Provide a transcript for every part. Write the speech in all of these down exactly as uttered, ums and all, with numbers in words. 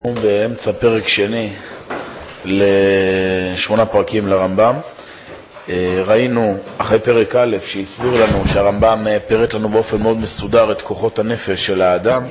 באמצע פרק שני לשמונה פרקים לרמב"ם. ראינו אחרי פרק א' שהסביר לנו שהרמב"ם פירט לנו באופן מאוד מסודר את כוחות הנפש של האדם,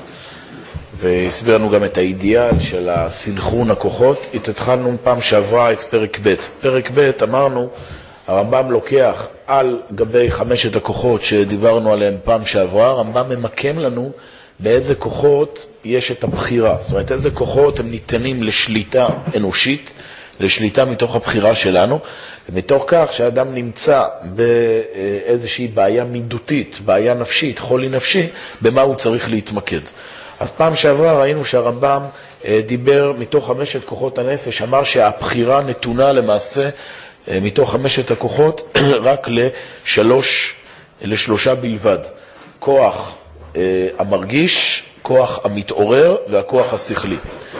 והסביר לנו גם את האידיאל של הסנכרון הכוחות. התחלנו פעם שעברה את פרק ב'. פרק ב' אמרנו, הרמב"ם לוקח על גבי חמשת הכוחות שדיברנו עליהם פעם שעברה, הרמב"ם ממקם לנו באיזה כוחות יש את הבחירה. זאת אומרת, איזה כוחות הם ניתנים לשליטה אנושית, לשליטה מתוך הבחירה שלנו, ומתוך כך שהאדם נמצא באיזושהי בעיה מידותית, בעיה נפשית, חולי נפשי, במה הוא צריך להתמקד. אז פעם שעברה ראינו שהרמב"ם דיבר מתוך חמשת כוחות הנפש, אמר שהבחירה נתונה למעשה מתוך חמשת הכוחות רק לשלוש, לשלושה בלבד. כוח המרגיש, כוח המתעורר והכוח השכלי.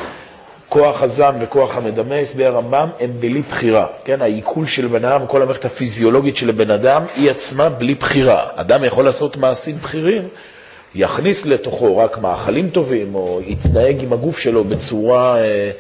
כוח הזן וכוח המדמה, הסביר הרמב"ם, הם בלי בחירה. כן, העיכול של בן אדם, כל המערכת הפיזיולוגית של בן אדם, היא עצמה בלי בחירה. אדם יכול לעשות מעשים בחירים, יכניס לתוכו רק מאכלים טובים, או יתנהג עם הגוף שלו בצורה, אה,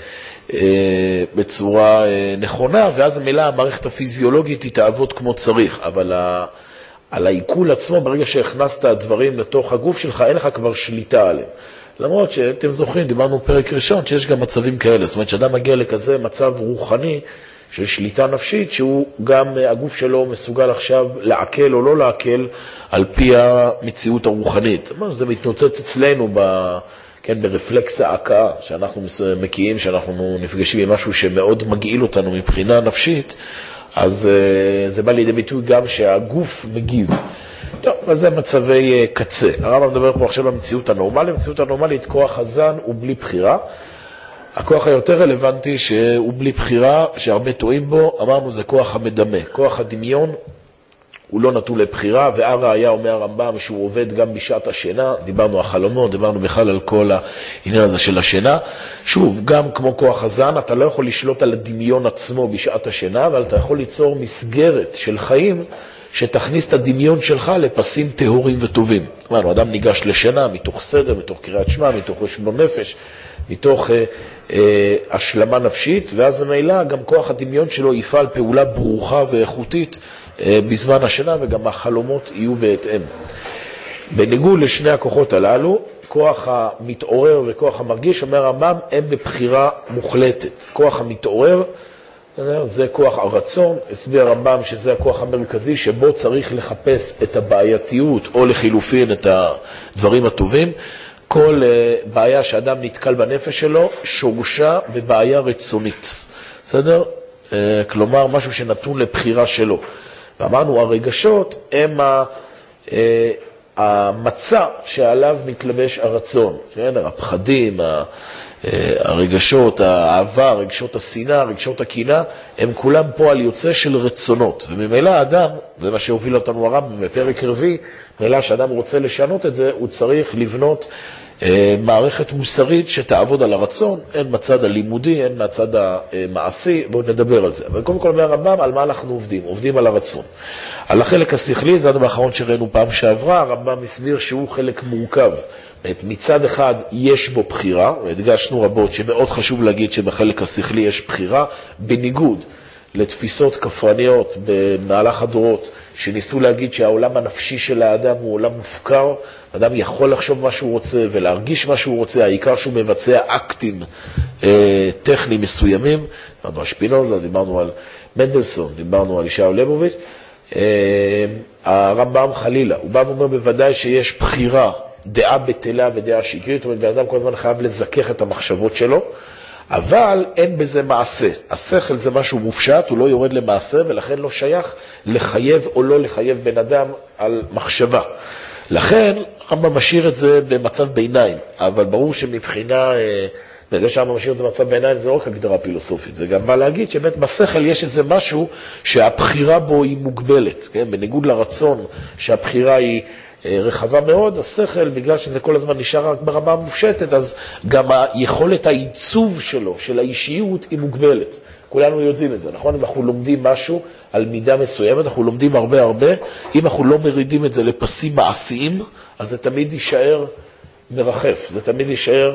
אה, בצורה אה, נכונה, ואז המילה המערכת הפיזיולוגית היא תעבוד כמו צריך. אבל ה... על העיכול עצמו, ברגע שהכנסת הדברים לתוך הגוף שלך, אין לך כבר שליטה עליהם. למרות שאתם זוכרים, דיברנו פרק ראשון, שיש גם מצבים כאלה. זאת אומרת, שאדם מגיע לכזה מצב רוחני של שליטה נפשית, שהוא גם הגוף שלו מסוגל עכשיו לעכל או לא לעכל, על פי המציאות הרוחנית. זאת אומרת, זה מתנוצץ אצלנו ב... כן, ברפלקס ההקאה, שאנחנו מקיאים, שאנחנו נפגשים עם משהו שמאוד מגעיל אותנו מבחינה נפשית, אז זה בא לידי ביטוי גם שהגוף מגיב. טוב, אז זה מצבי קצה. הרמב"ם מדבר פה עכשיו במציאות הנורמלית. במציאות הנורמלית כוח הזן הוא בלי בחירה. הכוח היותר רלוונטי שהוא בלי בחירה, שהרבה טועים בו, אמרנו זה כוח המדמה. כוח הדמיון הוא לא נתון לבחירה, והראיה אומר הרמב"ם שהוא עובד גם בשעת השינה. דיברנו על חלומות, דיברנו בכלל על כל העניין הזה של השינה. שוב, גם כמו כוח הזן, אתה לא יכול לשלוט על הדמיון עצמו בשעת השינה, אבל אתה יכול ליצור מסגרת של חיים שתכניס את הדמיון שלך לפסים טהורים וטובים. אמרנו, אדם ניגש לשינה מתוך סדר, מתוך קריאת שמע, מתוך חשבון נפש, מתוך אה, אה, השלמה נפשית, ואז המילא גם כוח הדמיון שלו יפעל פעולה ברוכה ואיכותית בזמן השינה, וגם החלומות יהיו בהתאם. בניגוד לשני הכוחות הללו, כוח המתעורר וכוח המרגיש, אומר הרמב"ם, הם בבחירה מוחלטת. כוח המתעורר, זה כוח הרצון, הסביר הרמב"ם שזה הכוח המרכזי שבו צריך לחפש את הבעייתיות, או לחילופין את הדברים הטובים. כל בעיה שאדם נתקל בנפש שלו, שורשה בבעיה רצונית. בסדר? כלומר, משהו שנתון לבחירה שלו. ואמרנו, הרגשות הם המצע שעליו מתלבש הרצון. הפחדים, הרגשות, האהבה, רגשות השנאה, רגשות הקינה, הם כולם פועל יוצא של רצונות. וממילא האדם, זה מה שהוביל אותנו הרמב"ם בפרק רביעי, ממילא שאדם רוצה לשנות את זה, הוא צריך לבנות מערכת מוסרית שתעבוד על הרצון, הן מהצד הלימודי, הן מהצד המעשי, בואו נדבר על זה. אבל קודם כל אומר הרמב"ם, על מה אנחנו עובדים? עובדים על הרצון. על החלק השכלי, זה הדבר האחרון שראינו פעם שעברה, הרמב"ם הסביר שהוא חלק מורכב. מצד אחד יש בו בחירה, והדגשנו רבות שמאוד חשוב להגיד שבחלק השכלי יש בחירה, בניגוד לתפיסות כפרניות במהלך הדורות, שניסו להגיד שהעולם הנפשי של האדם הוא עולם מופקר, האדם יכול לחשוב מה שהוא רוצה ולהרגיש מה שהוא רוצה, העיקר שהוא מבצע אקטים אה, טכניים מסוימים. דיברנו על שפינוזה, דיברנו על מנדלסון, דיברנו על ישעיהו ליבוביץ'. אה, הרמב"ם חלילה, הוא בא ואומר בוודאי שיש בחירה, דעה בטלה ודעה שקרית, זאת אומרת, בן אדם כל הזמן חייב לזכך את המחשבות שלו, אבל אין בזה מעשה. השכל זה משהו מופשט, הוא לא יורד למעשה, ולכן לא שייך לחייב או לא לחייב בן אדם על מחשבה. לכן, הרמב"ם משאיר את זה במצב ביניים, אבל ברור שמבחינה, בזה שהרמב"ם משאיר את זה במצב ביניים, זה לא רק הגדרה פילוסופית, זה גם בא להגיד שבאמת בשכל יש איזה משהו שהבחירה בו היא מוגבלת, כן? בניגוד לרצון שהבחירה היא רחבה מאוד, השכל, בגלל שזה כל הזמן נשאר רק ברמה המופשטת, אז גם היכולת העיצוב שלו, של האישיות, היא מוגבלת. כולנו יודעים את זה, נכון? אם אנחנו לומדים משהו על מידה מסוימת, אנחנו לומדים הרבה הרבה, אם אנחנו לא מרידים את זה לפסים מעשיים, אז זה תמיד יישאר מרחף, זה תמיד יישאר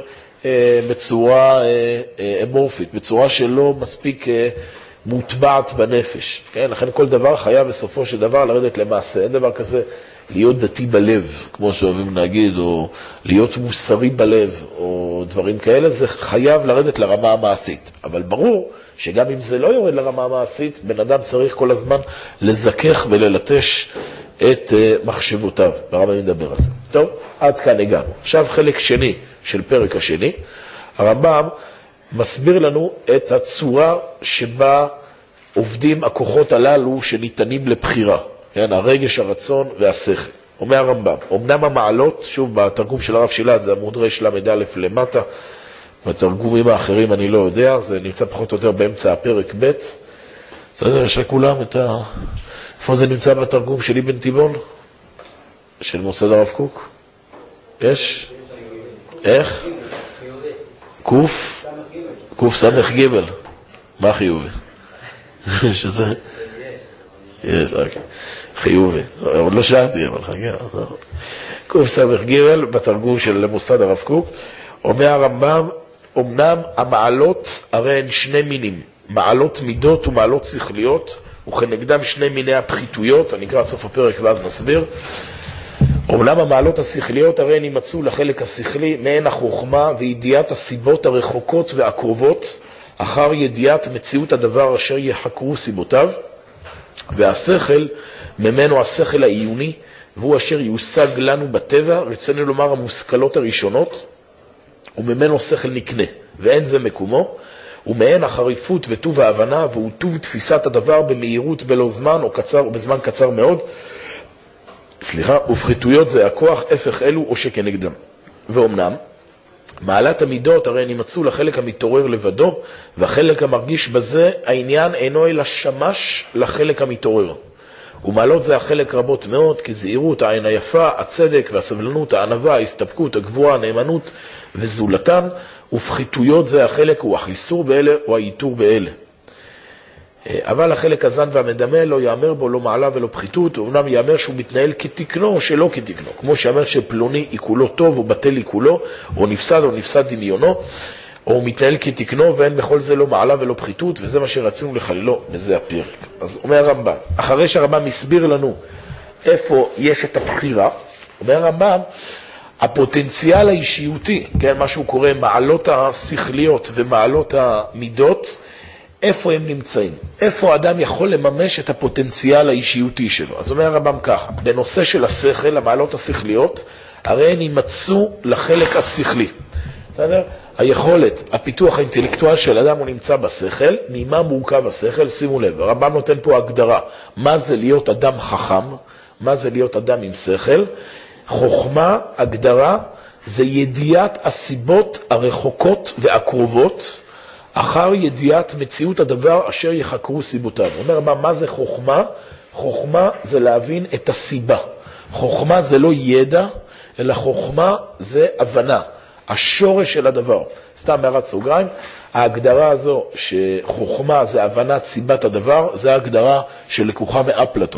בצורה אמורפית, בצורה שלא מספיק מוטבעת בנפש. כן? לכן כל דבר חייב בסופו של דבר לרדת למעשה. אין דבר כזה להיות דתי בלב, כמו שאוהבים להגיד, או להיות מוסרי בלב, או דברים כאלה, זה חייב לרדת לרמה המעשית. אבל ברור שגם אם זה לא יורד לרמה המעשית, בן אדם צריך כל הזמן לזכך וללטש את מחשבותיו. ברמה נדבר על זה. טוב, עד כאן הגענו. עכשיו חלק שני של פרק השני. הרמב"ם מסביר לנו את הצורה שבה עובדים הכוחות הללו שניתנים לבחירה. כן, הרגש, הרצון והשכל. אומר הרמב"ם, אמנם המעלות, שוב בתרגום של הרב שילת, זה עמוד רש למד א' למטה, בתרגומים האחרים אני לא יודע, זה נמצא פחות או יותר באמצע הפרק ב'. בסדר, יש לכולם את ה... איפה זה נמצא בתרגום של אבן תיבון? של מוסד הרב קוק? יש? איך? קוף? קוף סמך גיבל. מה חיובי? שזה? יש, אוקיי. חיובי. עוד לא שאלתי, אבל חכה. קוף סמך גיבל, בתרגום של מוסד הרב קוק, אומר הרמב"ם, אמנם המעלות הרי הן שני מינים, מעלות מידות ומעלות שכליות, וכנגדם שני מיני הפחיתויות, אני אקרא עד סוף הפרק ואז נסביר. אמנם המעלות השכליות הרי הן יימצאו לחלק השכלי מעין החוכמה וידיעת הסיבות הרחוקות והקרובות, אחר ידיעת מציאות הדבר אשר יחקרו סיבותיו, והשכל ממנו השכל העיוני, והוא אשר יושג לנו בטבע, רצינו לומר המושכלות הראשונות, וממנו שכל נקנה, ואין זה מקומו, ומעין החריפות וטוב ההבנה, והוא טוב תפיסת הדבר במהירות בלא זמן או קצר או בזמן קצר מאוד, סליחה, ופחיתויות זה הכוח, הפך אלו או שכנגדם. ואומנם, מעלת המידות הרי נמצאו לחלק המתעורר לבדו, והחלק המרגיש בזה, העניין אינו אלא שמש לחלק המתעורר. ומעלות זה החלק רבות מאוד, כזהירות, העין היפה, הצדק והסבלנות, הענווה, ההסתפקות, הגבוהה, הנאמנות וזולתן, ופחיתויות זה החלק הוא החיסור באלה או הייתור באלה. אבל החלק הזן והמדמה לא יאמר בו לא מעלה ולא פחיתות, ואומנם יאמר שהוא מתנהל כתקנו או שלא כתקנו, כמו שיאמר שפלוני עיקולו טוב או בטל עיקולו, או נפסד או נפסד דמיונו, או הוא מתנהל כתקנו ואין בכל זה לא מעלה ולא פחיתות, וזה מה שרצינו לחללו בזה הפרק. אז אומר הרמב"ם, אחרי שהרמב"ם מסביר לנו איפה יש את הבחירה, אומר הרמב"ם, הפוטנציאל האישיותי, כן, מה שהוא קורא מעלות השכליות ומעלות המידות, איפה הם נמצאים? איפה האדם יכול לממש את הפוטנציאל האישיותי שלו? אז אומר הרמב"ם ככה, בנושא של השכל, המעלות השכליות, הרי הן יימצאו לחלק השכלי. בסדר? היכולת, הפיתוח האינטלקטואל של אדם הוא נמצא בשכל, ממה מורכב השכל? שימו לב, הרמב"ם נותן פה הגדרה, מה זה להיות אדם חכם, מה זה להיות אדם עם שכל, חוכמה, הגדרה, זה ידיעת הסיבות הרחוקות והקרובות, אחר ידיעת מציאות הדבר אשר יחקרו סיבותיו. אומר מה, מה זה חוכמה? חוכמה זה להבין את הסיבה. חוכמה זה לא ידע, אלא חוכמה זה הבנה, השורש של הדבר. סתם מערת סוגריים, ההגדרה הזו שחוכמה זה הבנת סיבת הדבר, זה ההגדרה שלקוחה מאפלטון.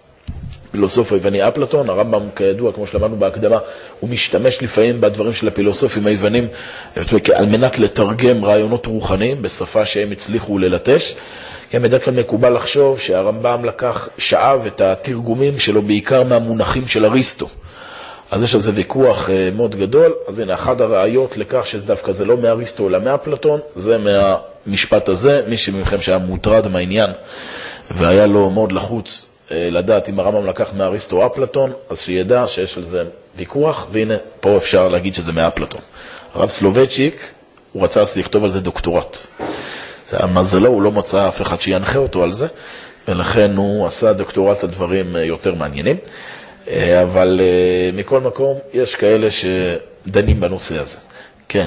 פילוסוף היווני אפלטון, הרמב"ם כידוע, כמו שלמדנו בהקדמה, הוא משתמש לפעמים בדברים של הפילוסופים היוונים, על מנת לתרגם רעיונות רוחניים בשפה שהם הצליחו ללטש. כן, בדרך כלל מקובל לחשוב שהרמב"ם לקח שאב את התרגומים שלו בעיקר מהמונחים של אריסטו. אז יש על זה ויכוח מאוד גדול, אז הנה, אחת הראיות לכך שדווקא זה לא מאריסטו אלא מאפלטון, זה מהמשפט הזה, מי שמכם שהיה מוטרד מהעניין והיה לו מאוד לחוץ, לדעת אם הרמב"ם לקח מאריסטו או אפלטון, אז שידע שיש על זה ויכוח, והנה, פה אפשר להגיד שזה מאפלטון. הרב סלובייצ'יק, הוא רצה לכתוב על זה דוקטורט. זה המזלו, הוא לא מצא אף אחד שינחה אותו על זה, ולכן הוא עשה דוקטורט על דברים יותר מעניינים. אבל מכל מקום, יש כאלה שדנים בנושא הזה. כן.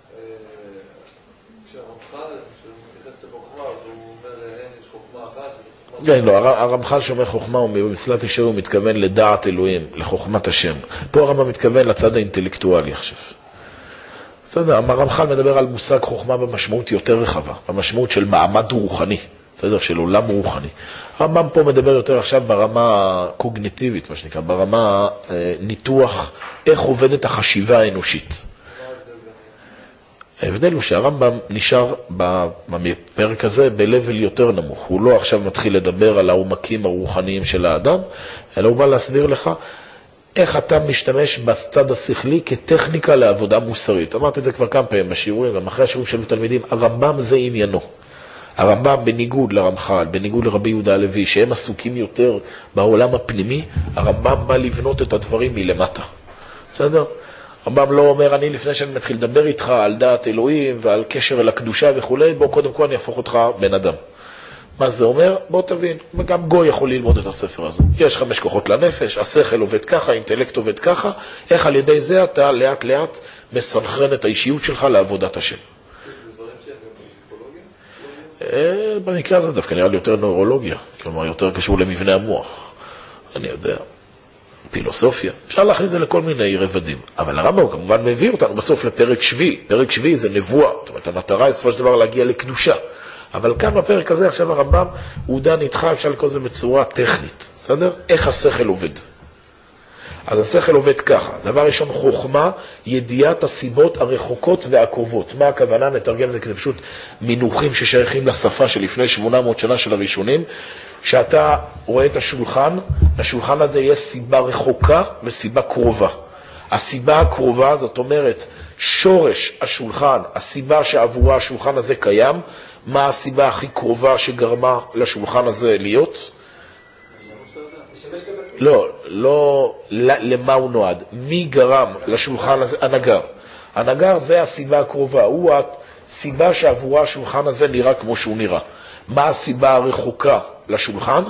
כן, לא, הרמח"ל שאומר חוכמה, הוא במסילת ישרים, הוא מתכוון לדעת אלוהים, לחוכמת השם. פה הרמב"ם מתכוון לצד האינטלקטואלי עכשיו. בסדר, הרמח"ל מדבר על מושג חוכמה במשמעות יותר רחבה, במשמעות של מעמד רוחני, בסדר, של עולם רוחני. הרמב"ם פה מדבר יותר עכשיו ברמה קוגניטיבית, מה שנקרא, ברמה ניתוח איך עובדת החשיבה האנושית. ההבדל הוא שהרמב"ם נשאר בפרק הזה ב-level יותר נמוך. הוא לא עכשיו מתחיל לדבר על העומקים הרוחניים של האדם, אלא הוא בא להסביר לך איך אתה משתמש בצד השכלי כטכניקה לעבודה מוסרית. אמרתי את זה כבר כמה פעמים בשיעורים, גם אחרי השיעורים של תלמידים, הרמב"ם זה עניינו. הרמב"ם בניגוד לרמח"ל, בניגוד לרבי יהודה הלוי, שהם עסוקים יותר בעולם הפנימי, הרמב"ם בא לבנות את הדברים מלמטה. בסדר? הרמב"ם לא אומר, אני לפני שאני מתחיל לדבר איתך על דעת אלוהים ועל קשר אל הקדושה וכו', בוא קודם כל אני אהפוך אותך בן אדם. מה זה אומר? בוא תבין, גם גוי יכול ללמוד את הספר הזה. יש חמש כוחות לנפש, השכל עובד ככה, האינטלקט עובד ככה, איך על ידי זה אתה לאט לאט מסנכרן את האישיות שלך לעבודת השם. במקרה הזה דווקא נראה לי יותר נוירולוגיה, כלומר יותר קשור למבנה המוח. אני יודע, פילוסופיה, אפשר להכניס את זה לכל מיני רבדים. אבל הרמב"ם כמובן מביא אותנו בסוף לפרק שביעי. פרק שביעי זה נבואה, זאת אומרת, המטרה היא סופו של דבר להגיע לקדושה. אבל כאן בפרק הזה עכשיו הרמב"ם הוא דן איתך, אפשר לקרוא זה בצורה טכנית. בסדר? איך השכל עובד? אז השכל עובד ככה. דבר ראשון, חוכמה, ידיעת הסיבות הרחוקות והקרובות. מה הכוונה? נתרגם את זה, כי זה פשוט מינוחים ששייכים לשפה של לפני שמונה מאות שנה של הראשונים, שאתה רואה את השולחן, לשולחן הזה יש סיבה רחוקה וסיבה קרובה. הסיבה הקרובה, זאת אומרת, שורש השולחן, הסיבה שעבורה השולחן הזה קיים, מה הסיבה הכי קרובה שגרמה לשולחן הזה להיות? לא, לא למה הוא נועד. מי גרם לשולחן הזה? הנגר. הנגר זה הסיבה הקרובה, הוא הסיבה שעבורה השולחן הזה נראה כמו שהוא נראה. מה הסיבה הרחוקה לשולחן?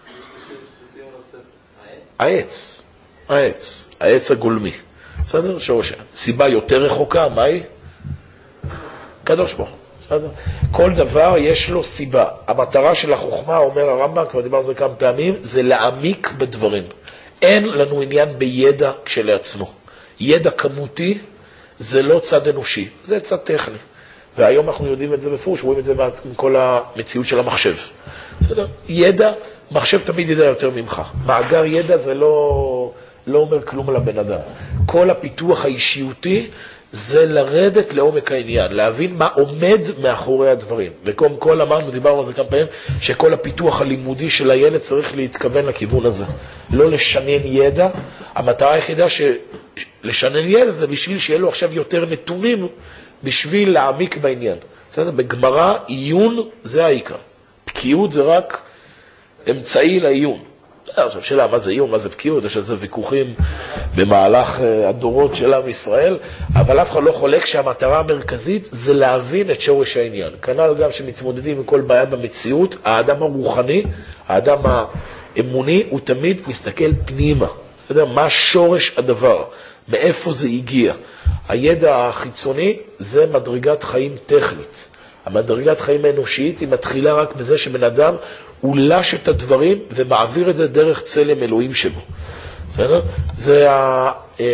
העץ. העץ. העץ הגולמי. בסדר? שורש. סיבה יותר רחוקה, מה היא? קדוש ברוך הוא. בסדר? כל דבר יש לו סיבה. המטרה של החוכמה, אומר הרמב"ם, כבר דיבר על זה כמה פעמים, זה להעמיק בדברים. אין לנו עניין בידע כשלעצמו. ידע כמותי זה לא צד אנושי, זה צד טכני. והיום אנחנו יודעים את זה בפרוש, רואים את זה עם כל המציאות של המחשב. בסדר? ידע, מחשב תמיד ידע יותר ממך. מאגר ידע זה לא, לא אומר כלום על הבן אדם. כל הפיתוח האישיותי זה לרדת לעומק העניין, להבין מה עומד מאחורי הדברים. וקודם כל אמרנו, דיברנו על זה כמה פעמים, שכל הפיתוח הלימודי של הילד צריך להתכוון לכיוון הזה. לא לשנן ידע, המטרה היחידה שלשנן ידע זה בשביל שיהיה לו עכשיו יותר נתונים, בשביל להעמיק בעניין. בסדר? בגמרא, עיון זה העיקר. בקיאות זה רק אמצעי לעיון. עכשיו, שאלה, מה זה עיון, מה זה בקיאות? יש איזה ויכוחים במהלך הדורות של עם ישראל, אבל אף אחד לא חולק שהמטרה המרכזית זה להבין את שורש העניין. כנ"ל גם שמתמודדים עם כל בעיה במציאות, האדם הרוחני, האדם האמוני, הוא תמיד מסתכל פנימה. בסדר? מה שורש הדבר? מאיפה זה הגיע? הידע החיצוני זה מדרגת חיים טכנית. המדרגת חיים האנושית היא מתחילה רק בזה שבן אדם הוא לש את הדברים ומעביר את זה דרך צלם אלוהים שבו. בסדר? זה ה...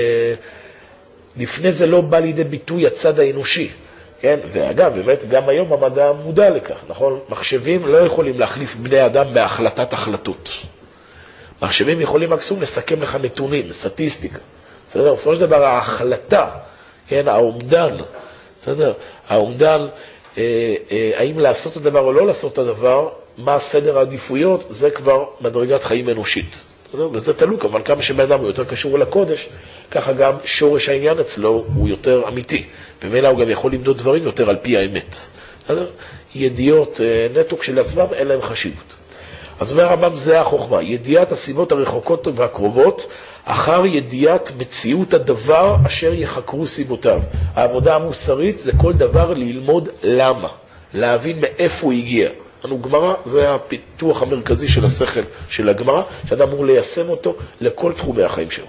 לפני זה לא בא לידי ביטוי הצד האנושי. כן? ואגב, באמת, גם היום המדע מודע לכך, נכון? מחשבים לא יכולים להחליף בני אדם בהחלטת החלטות. מחשבים יכולים מקסום לסכם לך נתונים, סטטיסטיקה. בסדר? בסופו של דבר, ההחלטה, כן? האומדן, בסדר? האומדן, אה, אה, האם לעשות את הדבר או לא לעשות את הדבר, מה סדר העדיפויות, זה כבר מדרגת חיים אנושית. בסדר? וזה תלוי, אבל כמה שבן אדם הוא יותר קשור לקודש, ככה גם שורש העניין אצלו הוא יותר אמיתי. ומילא הוא גם יכול למדוד דברים יותר על פי האמת. בסדר? ידיעות אה, נטו כשלעצמם, אין להם חשיבות. אז אומר הרמב"ם, זה החוכמה, ידיעת הסיבות הרחוקות והקרובות, אחר ידיעת מציאות הדבר אשר יחקרו סיבותיו. העבודה המוסרית זה כל דבר ללמוד למה, להבין מאיפה הוא הגיע. אנו גמרא, זה הפיתוח המרכזי של השכל של הגמרא, שאתה אמור ליישם אותו לכל תחומי החיים שלו.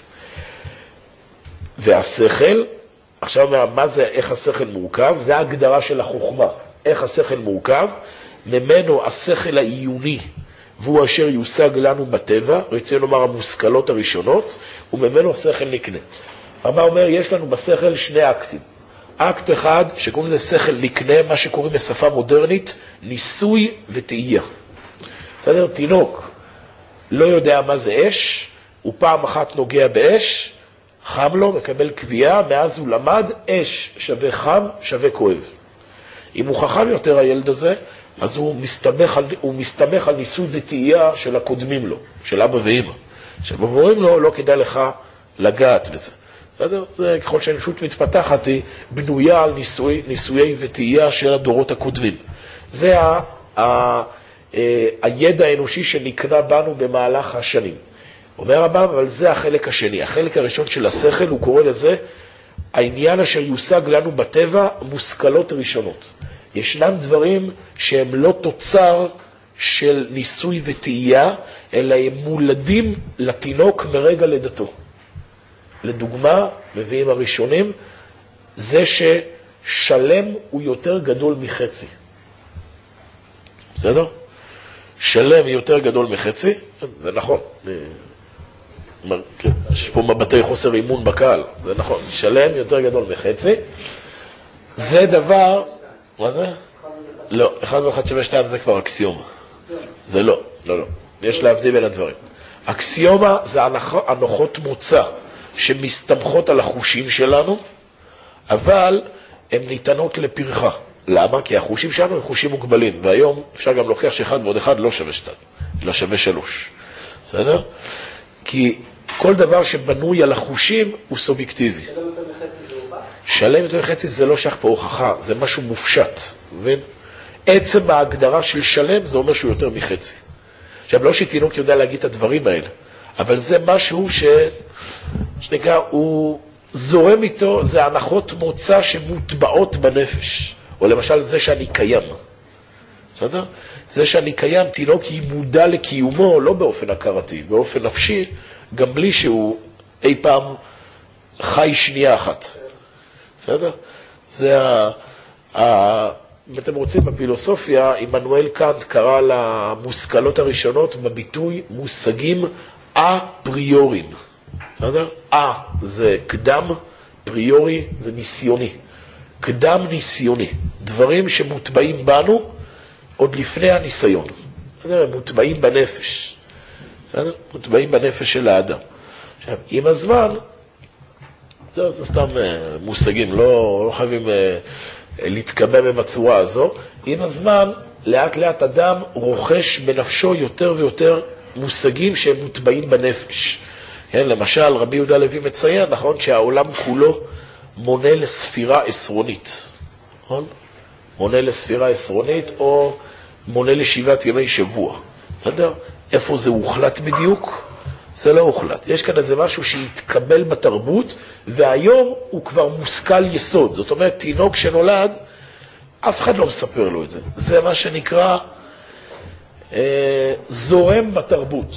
והשכל, עכשיו מה זה, איך השכל מורכב? זה ההגדרה של החוכמה. איך השכל מורכב? ממנו השכל העיוני, והוא אשר יושג לנו בטבע, רצה לומר המושכלות הראשונות, וממנו השכל נקנה. הרמב"ם אומר, יש לנו בשכל שני אקטים. אקט אחד, שקוראים לזה שכל נקנה, מה שקוראים בשפה מודרנית, ניסוי וטעייה. בסדר? תינוק לא יודע מה זה אש, הוא פעם אחת נוגע באש, חם לו, מקבל קביעה, מאז הוא למד, אש שווה חם, שווה כואב. אם הוא חכם יותר הילד הזה, אז הוא מסתמך על, הוא מסתמך על ניסוי וטעייה של הקודמים לו, של אבא ואמא. שבבורים לו, לא כדאי לך לגעת בזה. בסדר? זה ככל שהאנושות מתפתחת, היא בנויה על ניסוי, ניסויי וטעייה של הדורות הקודמים. זה ה, ה, ה, הידע האנושי שנקנה בנו במהלך השנים. אומר הבא, אבל זה החלק השני. החלק הראשון של השכל, הוא קורא לזה, העניין אשר יושג לנו בטבע, מושכלות ראשונות. ישנם דברים שהם לא תוצר של ניסוי וטעייה, אלא הם מולדים לתינוק מרגע לידתו. לדוגמה, מביאים הראשונים, זה ששלם הוא יותר גדול מחצי. בסדר? שלם יותר גדול מחצי, זה נכון. יש פה מבטי חוסר אימון בקהל, זה נכון. שלם יותר גדול מחצי. זה דבר... מה זה? לא, אחד ואחד שווה שתיים זה כבר אקסיומה. זה לא, לא, לא. יש להבדיל בין הדברים. אקסיומה זה הנחות מוצא שמסתמכות על החושים שלנו, אבל הן ניתנות לפרחה. למה? כי החושים שלנו הם חושים מוגבלים, והיום אפשר גם להוכיח שאחד ועוד אחד לא שווה שתיים, אלא שווה שלוש. בסדר? כי כל דבר שבנוי על החושים הוא סובייקטיבי. שלם יותר מחצי זה הוכח? שלם יותר מחצי זה לא שייך פה הוכחה, זה משהו מופשט. מבין? עצם ההגדרה של שלם זה אומר שהוא יותר מחצי. עכשיו, לא שתינוק יודע להגיד את הדברים האלה, אבל זה משהו ש... שנקרא, הוא זורם איתו, זה הנחות מוצא שמוטבעות בנפש. או למשל זה שאני קיים. בסדר? זה שאני קיים, תינוק היא מודע לקיומו, לא באופן הכרתי, באופן נפשי, גם בלי שהוא אי פעם חי שנייה אחת. בסדר? זה ה... ה... אם אתם רוצים בפילוסופיה, עמנואל קאנט קרא למושכלות הראשונות בביטוי מושגים אפריוריים. בסדר? אה זה קדם, פריורי זה ניסיוני. קדם ניסיוני. דברים שמוטבעים בנו עוד לפני הניסיון. בסדר? הם מוטבעים בנפש. בסדר? מוטבעים בנפש של האדם. עכשיו, עם הזמן, זה, זה סתם מושגים, לא, לא חייבים להתקבל בצורה הזו. עם הזמן, לאט לאט אדם רוכש בנפשו יותר ויותר מושגים שהם מוטבעים בנפש. כן, למשל, רבי יהודה לוי מציין, נכון, שהעולם כולו מונה לספירה עשרונית. נכון? מונה לספירה עשרונית או מונה לשבעת ימי שבוע. בסדר? איפה זה הוחלט בדיוק? זה לא הוחלט. יש כאן איזה משהו שהתקבל בתרבות, והיום הוא כבר מושכל יסוד. זאת אומרת, תינוק שנולד, אף אחד לא מספר לו את זה. זה מה שנקרא אה, זורם בתרבות.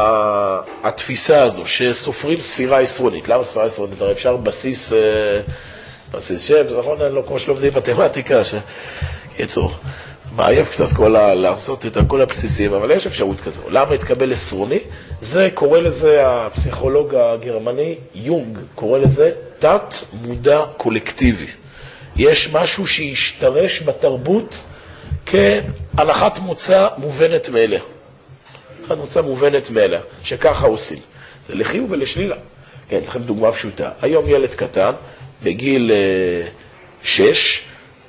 התפיסה הזו, שסופרים ספירה עשרונית. למה ספירה עשרונית? הרי אפשר בסיס, בסיס שם, זה נכון? לא כמו שלומדים מתמטיקה, שיצור. מעייף קצת כל ה... לעשות את כל הבסיסים, אבל יש אפשרות כזו. למה התקבל עשרוני? זה קורא לזה, הפסיכולוג הגרמני, יונג, קורא לזה תת מודע קולקטיבי. יש משהו שישתרש בתרבות כהנחת מוצא מובנת מאליה. הנחת מוצא מובנת מאליה, שככה עושים. זה לחיוב ולשלילה. כן, אתכם דוגמה פשוטה. היום ילד קטן, בגיל אה, שש,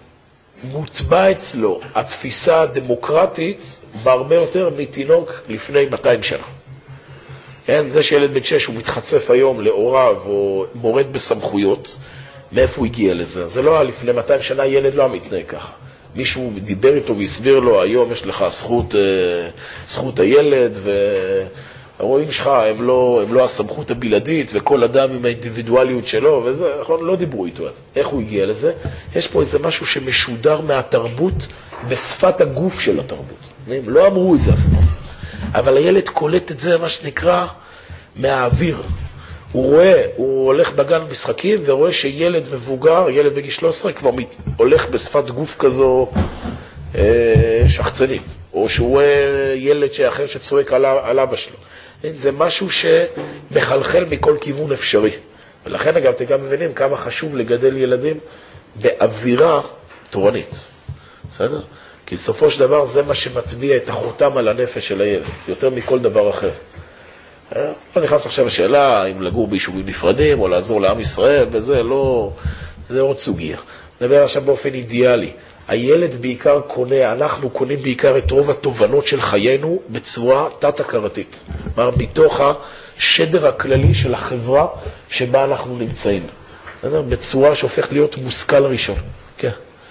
מוטבע אצלו התפיסה הדמוקרטית בהרבה יותר מתינוק לפני מאתיים שנה. כן, זה שילד בן שש הוא מתחצף היום להוריו או מורד בסמכויות, מאיפה הוא הגיע לזה? זה לא לפני מאתיים שנה ילד לא מתנהג ככה. מישהו דיבר איתו והסביר לו, היום יש לך זכות, זכות הילד והרואים שלך הם לא, הם לא הסמכות הבלעדית וכל אדם עם האינדיבידואליות שלו וזה, נכון? לא דיברו איתו אז. איך הוא הגיע לזה? יש פה איזה משהו שמשודר מהתרבות בשפת הגוף של התרבות. לא אמרו את זה אפילו. אבל הילד קולט את זה, מה שנקרא, מהאוויר. הוא רואה, הוא הולך בגן משחקים ורואה שילד מבוגר, ילד בגיל שלוש עשרה, כבר הולך בשפת גוף כזו אה, שחצנית. או שהוא רואה ילד שאחר שצועק על, על אבא שלו. זה משהו שמחלחל מכל כיוון אפשרי. ולכן אגב, אתם גם מבינים כמה חשוב לגדל ילדים באווירה תורנית. בסדר? כי בסופו של דבר זה מה שמטביע את החותם על הנפש של הילד, יותר מכל דבר אחר. לא נכנס עכשיו לשאלה אם לגור ביישובים נפרדים או לעזור לעם ישראל, וזה לא, זה עוד סוגיה. נדבר עכשיו באופן אידיאלי. הילד בעיקר קונה, אנחנו קונים בעיקר את רוב התובנות של חיינו בצורה תת-הכרתית. כלומר, מתוך השדר הכללי של החברה שבה אנחנו נמצאים. בסדר? בצורה שהופך להיות מושכל ראשון. כן.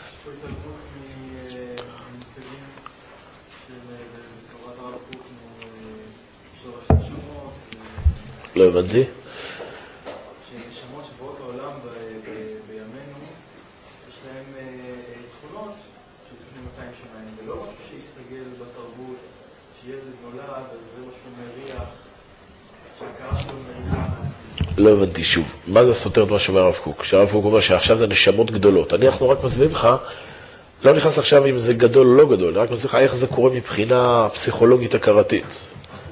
לא הבנתי. שנשמות שבאות העולם בימינו, יש להם תכונות שלפני מאתיים שנה, ולא משהו שיסתגל בתרבות, שילד נולד, אז זה מה שהוא מריח, שהכרה שלו מריח. לא הבנתי שוב. מה זה סותר את מה שאומר הרב קוק? שהרב קוק אומר שעכשיו זה נשמות גדולות. אני אנחנו רק מסבירים לך, לא נכנס עכשיו אם זה גדול או לא גדול, רק מסביר לך איך זה קורה מבחינה פסיכולוגית הכרתית.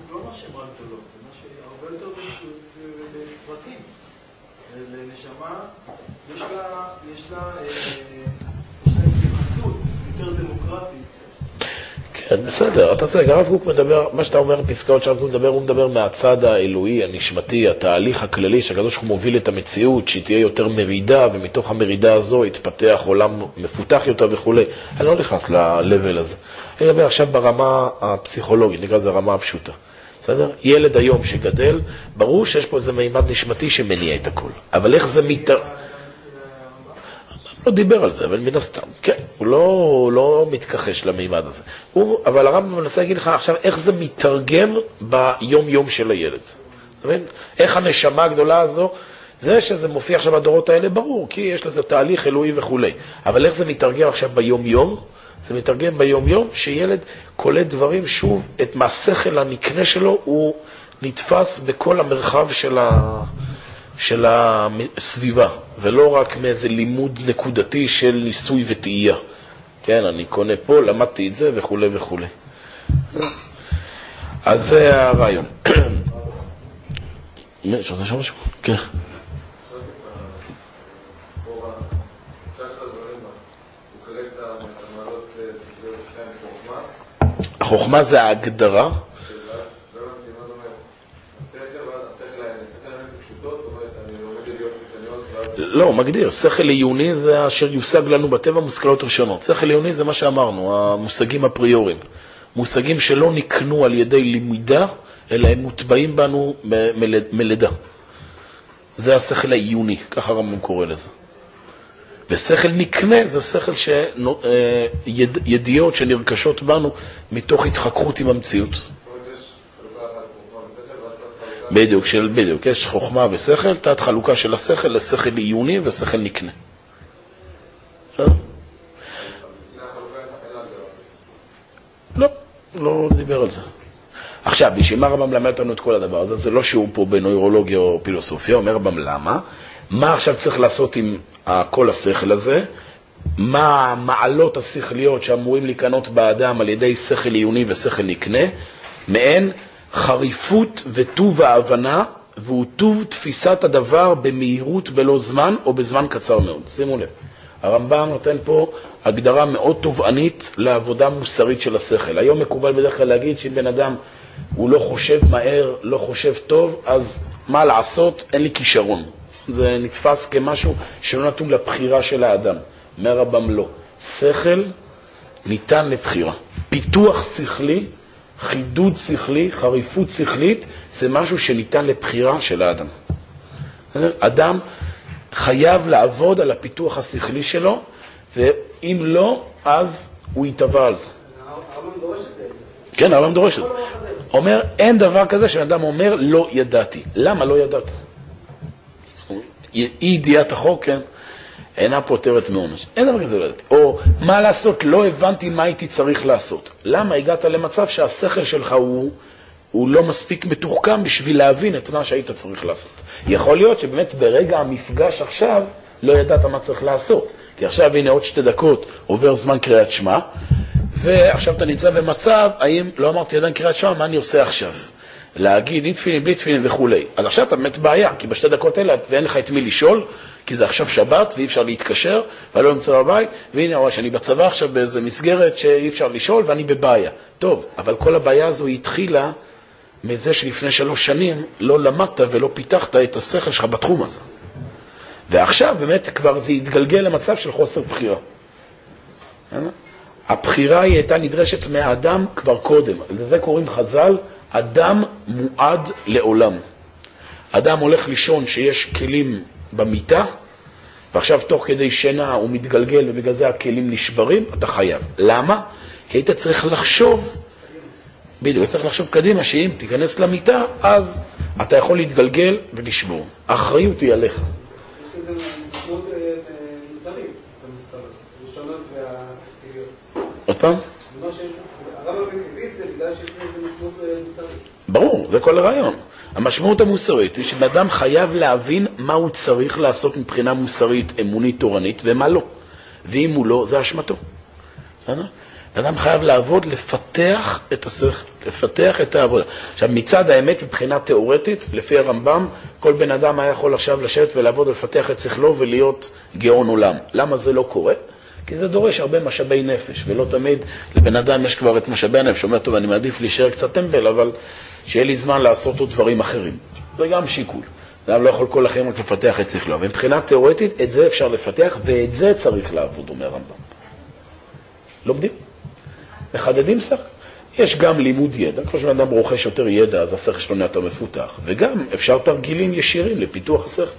כן, בסדר, אתה צודק, הרב קוק מדבר, מה שאתה אומר, פסקאות שהרב קוק מדבר, הוא מדבר מהצד האלוהי, הנשמתי, התהליך הכללי, שהקדוש הוא מוביל את המציאות, שהיא תהיה יותר מרידה, ומתוך המרידה הזו יתפתח עולם מפותח יותר וכו'. אני לא נכנס ל-level הזה. אני מדבר עכשיו ברמה הפסיכולוגית, נקרא לזה הרמה הפשוטה. בסדר? ילד היום שגדל, ברור שיש פה איזה מימד נשמתי שמניע את הכל. אבל איך זה מתר... לא דיבר על זה, אבל מן הסתם, כן, הוא לא, לא מתכחש למימד הזה. הוא, אבל הרב מנסה להגיד לך עכשיו איך זה מתרגם ביום-יום של הילד. אתה מבין? איך הנשמה הגדולה הזו, זה שזה מופיע עכשיו בדורות האלה ברור, כי יש לזה תהליך אלוהי וכו'. אבל איך זה מתרגם עכשיו ביום-יום? זה מתרגם ביום-יום שילד קולט דברים, שוב, את מהשכל הנקנה שלו, הוא נתפס בכל המרחב של ה... של הסביבה, ולא רק מאיזה לימוד נקודתי של ניסוי וטעייה. כן, אני קונה פה, למדתי את זה וכו' וכו'. אז זה הרעיון. שרצה שם משהו? כן. החוכמה זה ההגדרה. לא, מגדיר. שכל עיוני זה אשר יושג לנו בטבע מושכלות ראשונות. שכל עיוני זה מה שאמרנו, המושגים הפריוריים. מושגים שלא נקנו על ידי לימודה, אלא הם מוטבעים בנו מלידה. זה השכל העיוני, ככה רמב"ם קורא לזה. ושכל נקנה זה שכל שידיעות שנרכשות בנו מתוך התחככות עם המציאות. בדיוק, של, בדיוק, יש חוכמה ושכל, תת חלוקה של השכל לשכל עיוני ושכל נקנה. לא, לא דיבר על זה. עכשיו, בשביל מה רבם למד אותנו את כל הדבר הזה? זה לא שיעור פה בנוירולוגיה או פילוסופיה, אומר רבם למה? מה עכשיו צריך לעשות עם כל השכל הזה? מה המעלות השכליות שאמורים להיכנות באדם על ידי שכל עיוני ושכל נקנה? מעין חריפות וטוב ההבנה, והוא טוב תפיסת הדבר במהירות בלא זמן או בזמן קצר מאוד. שימו לב, הרמב"ם נותן פה הגדרה מאוד תובענית לעבודה מוסרית של השכל. היום מקובל בדרך כלל להגיד שאם בן אדם הוא לא חושב מהר, לא חושב טוב, אז מה לעשות? אין לי כישרון. זה נתפס כמשהו שלא נתון לבחירה של האדם. אומר הרמב"ם לא. שכל ניתן לבחירה. פיתוח שכלי, חידוד שכלי, חריפות שכלית, זה משהו שניתן לבחירה של האדם. אדם חייב לעבוד על הפיתוח השכלי שלו, ואם לא, אז הוא יתבע על זה. הרמב"ם דורש את זה. כן, הרמב"ם דורש את זה. אומר, אין דבר כזה שאדם אומר, לא ידעתי. למה לא ידעת? אי ידיעת החוק, כן, אינה פותרת מעונש. אין דבר כזה לא ידעתי. או, מה לעשות? לא הבנתי מה הייתי צריך לעשות. למה הגעת למצב שהשכל שלך הוא, הוא לא מספיק מתוחכם בשביל להבין את מה שהיית צריך לעשות? יכול להיות שבאמת ברגע המפגש עכשיו לא ידעת מה צריך לעשות. כי עכשיו הנה עוד שתי דקות עובר זמן קריאת שמע, ועכשיו אתה נמצא במצב, האם לא אמרתי עדיין קריאת שמע, מה אני עושה עכשיו? להגיד אי תפילין, בלי תפילין וכו'. אז עכשיו אתה באמת בעיה, כי בשתי דקות האלה ואין לך את מי לשאול, כי זה עכשיו שבת ואי אפשר להתקשר, ואני לא נמצא בבית, והנה רואה שאני בצבא עכשיו באיזו מסגרת שאי אפשר לשאול ואני בבעיה. טוב, אבל כל הבעיה הזו היא התחילה מזה שלפני שלוש שנים לא למדת ולא פיתחת את השכל שלך בתחום הזה. ועכשיו באמת כבר זה יתגלגל למצב של חוסר בחירה. הבחירה היא הייתה נדרשת מהאדם כבר קודם. לזה קוראים חז"ל, אדם מועד לעולם. אדם הולך לישון שיש כלים במיטה, ועכשיו תוך כדי שינה הוא מתגלגל ובגלל זה הכלים נשברים, אתה חייב. למה? כי היית צריך לחשוב, בדיוק, צריך לחשוב קדימה, שאם תיכנס למיטה, אז אתה יכול להתגלגל ולשבור. האחריות היא עליך. יש לזה משמעות מוסרית, ראשונות והטבעיות. עוד פעם? הרב הביא זה בגלל שיש לזה משמעות מוסרית. ברור, זה כל הרעיון. המשמעות המוסרית היא שבאדם חייב להבין מה הוא צריך לעשות מבחינה מוסרית, אמונית, תורנית, ומה לא. ואם הוא לא, זה אשמתו. אדם חייב לעבוד, לפתח את השכל, לפתח את העבודה. עכשיו, מצד האמת, מבחינה תיאורטית, לפי הרמב"ם, כל בן אדם היה יכול עכשיו לשבת ולעבוד ולפתח את שכלו ולהיות גאון עולם. למה זה לא קורה? כי זה דורש הרבה משאבי נפש, ולא תמיד לבן אדם יש כבר את משאבי הנפש. אומר, טוב, אני מעדיף להישאר קצת טמבל, אבל שיהיה לי זמן לעשות עוד דברים אחרים. זה גם שיקול. אדם לא יכול כל החיים רק לפתח את שכלו. ומבחינה תיאורטית, את זה אפשר לפתח, ואת זה צריך לעבוד, אומר הרמב"ם. לומדים. מחדדים שכל. יש גם לימוד ידע. כמו שאדם רוכש יותר ידע, אז השכל שלו נהיה יותר מפותח. וגם אפשר תרגילים ישירים לפיתוח השכל.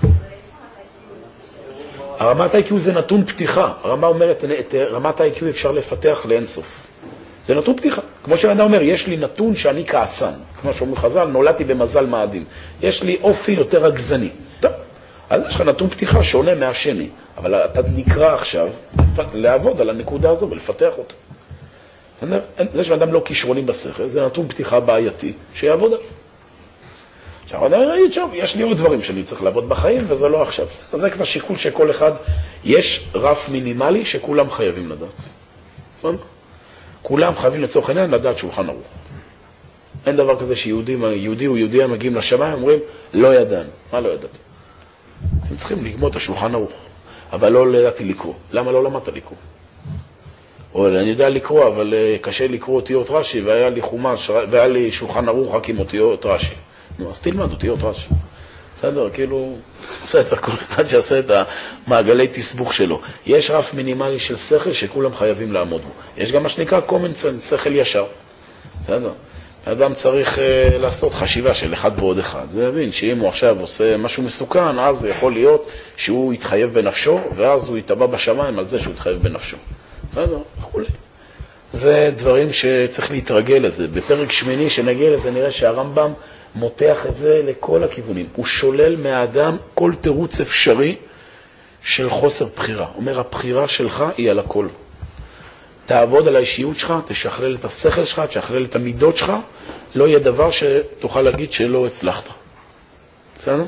הרמת ה-איי קיו זה נתון פתיחה. הרמה אומרת, את רמת ה-איי קיו אפשר לפתח לאינסוף. זה נתון פתיחה. כמו שאדם אומר, יש לי נתון שאני כעסן. כמו שאומר חז"ל, נולדתי במזל מאדים. יש לי אופי יותר רגזני. טוב, אז יש לך נתון פתיחה שונה מהשני. אבל אתה נקרא עכשיו לעבוד על הנקודה הזו ולפתח אותה. זה שאדם לא כישרוני בשכל, זה נתון פתיחה בעייתי, שיעבוד עליו. עכשיו, אני ראיתי שם, יש לי עוד דברים שאני צריך לעבוד בחיים, וזה לא עכשיו. זה כבר שיקול שכל אחד, יש רף מינימלי שכולם חייבים לדעת. כולם חייבים לצורך העניין לדעת שולחן ערוך. אין דבר כזה שיהודים, יהודי או יהודייה מגיעים לשמיים, אומרים, לא ידענו. מה לא ידעתי? הם צריכים לגמור את השולחן ערוך, אבל לא ידעתי לקרוא. למה לא למדת לקרוא? או אני יודע לקרוא, אבל קשה לקרוא אותיות רש"י, והיה לי חומש, והיה לי שולחן ערוך רק עם אותיות רש"י. נו, אז תלמד אותיות רש"י. בסדר, כאילו, בסדר, כל אחד שעשה את המעגלי תסבוך שלו. יש רף מינימלי של שכל שכולם חייבים לעמוד בו. יש גם מה שנקרא common sense, שכל ישר. בסדר? האדם צריך uh, לעשות חשיבה של אחד ועוד אחד. זה להבין שאם הוא עכשיו עושה משהו מסוכן, אז זה יכול להיות שהוא יתחייב בנפשו, ואז הוא יתבע בשמיים על זה שהוא יתחייב בנפשו. בסדר? וכולי. זה דברים שצריך להתרגל לזה. בפרק שמיני שנגיע לזה נראה שהרמב"ם מותח את זה לכל הכיוונים. הוא שולל מהאדם כל תירוץ אפשרי של חוסר בחירה. אומר, הבחירה שלך היא על הכל. תעבוד על האישיות שלך, תשכלל את השכל שלך, תשכלל את המידות שלך, לא יהיה דבר שתוכל להגיד שלא הצלחת. בסדר?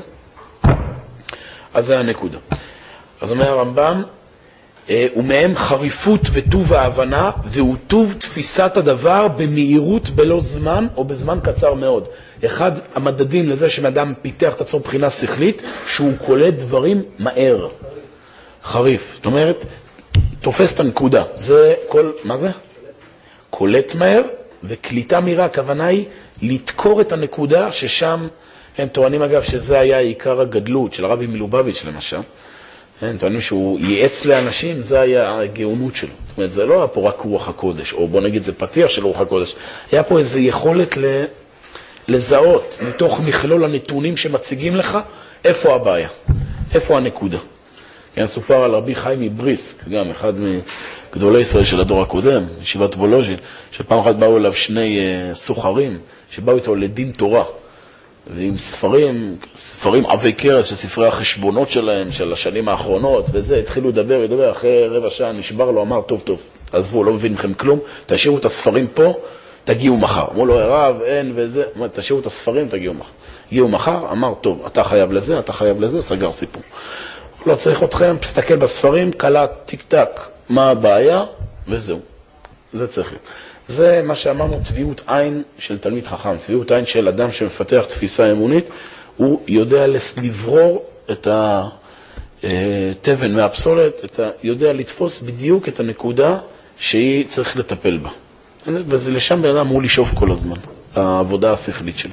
אז זה הנקודה. אז אומר הרמב"ם, ומהם חריפות וטוב ההבנה, והוא טוב תפיסת הדבר במהירות בלא זמן או בזמן קצר מאוד. אחד המדדים לזה שאדם פיתח את עצמו מבחינה שכלית, שהוא קולט דברים מהר. חריף. זאת אומרת, תופס את הנקודה. זה כל, מה זה? קולט מהר, וקליטה מהירה, הכוונה היא לתקור את הנקודה ששם, הם טוענים אגב שזה היה עיקר הגדלות של הרבי מלובביץ' למשל. הם טוענים שהוא ייעץ לאנשים, זה היה הגאונות שלו. זאת אומרת, זה לא היה פה רק רוח הקודש, או בוא נגיד זה פתיח של רוח הקודש. היה פה איזו יכולת ל... לזהות מתוך מכלול הנתונים שמציגים לך, איפה הבעיה, איפה הנקודה. כן, סופר על רבי חיים מבריסק, גם אחד מגדולי ישראל של הדור הקודם, ישיבת וולוז'ין, שפעם אחת באו אליו שני uh, סוחרים, שבאו איתו לדין תורה, ועם ספרים, ספרים עבי קרס של ספרי החשבונות שלהם, של השנים האחרונות, וזה, התחילו לדבר, לדבר, אחרי רבע שעה נשבר לו, אמר, טוב, טוב, עזבו, לא מבין לכם כלום, תשאירו את הספרים פה, תגיעו מחר. אמרו לו, הרב, אין וזה, תשאירו את הספרים, תגיעו מחר. הגיעו מחר, אמר, טוב, אתה חייב לזה, אתה חייב לזה, סגר סיפור. לא צריך אתכם, תסתכל בספרים, קלט, טיק טק, מה הבעיה, וזהו. זה צריך. זה מה שאמרנו, טביעות עין של תלמיד חכם, טביעות עין של אדם שמפתח תפיסה אמונית, הוא יודע לברור את התבן מהפסולת, את ה... יודע לתפוס בדיוק את הנקודה שהיא צריך לטפל בה. וזה לשם בן אדם אמור לשאוף כל הזמן. העבודה השכלית שלו.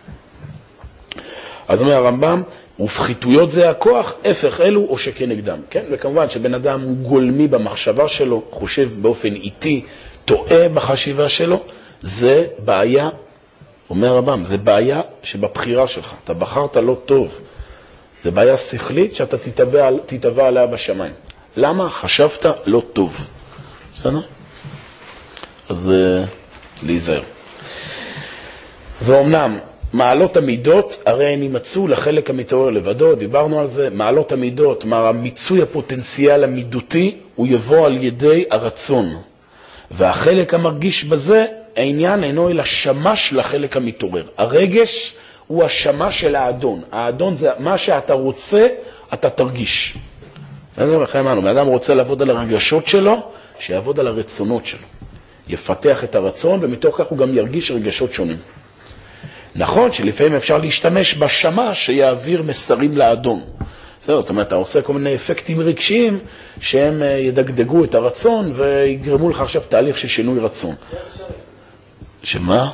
אז אומר הרמב"ם, ופחיתויות זה הכוח, הפך אלו או שכנגדם. כן? וכמובן שבן אדם הוא גולמי במחשבה שלו, חושב באופן איטי, טועה בחשיבה שלו, זה בעיה, אומר הרמב"ם, זה בעיה שבבחירה שלך. אתה בחרת לא טוב. זה בעיה שכלית שאתה תתבע, תתבע עליה בשמיים. למה? חשבת לא טוב. בסדר? אז להיזהר. ואומנם, מעלות המידות, הרי הן יימצאו לחלק המתעורר לבדו, דיברנו על זה, מעלות המידות, מה המיצוי הפוטנציאל המידותי, הוא יבוא על ידי הרצון. והחלק המרגיש בזה, העניין אינו אלא שמש לחלק המתעורר. הרגש הוא השמש של האדון. האדון זה מה שאתה רוצה, אתה תרגיש. בסדר? לכן אמרנו, האדם רוצה לעבוד על הרגשות שלו, שיעבוד על הרצונות שלו. יפתח את הרצון, ומתוך כך הוא גם ירגיש רגשות שונים. נכון שלפעמים אפשר להשתמש בשמש שיעביר מסרים לאדון. זאת אומרת, אתה עושה כל מיני אפקטים רגשיים שהם ידגדגו את הרצון ויגרמו לך עכשיו תהליך של שינוי רצון. שמה?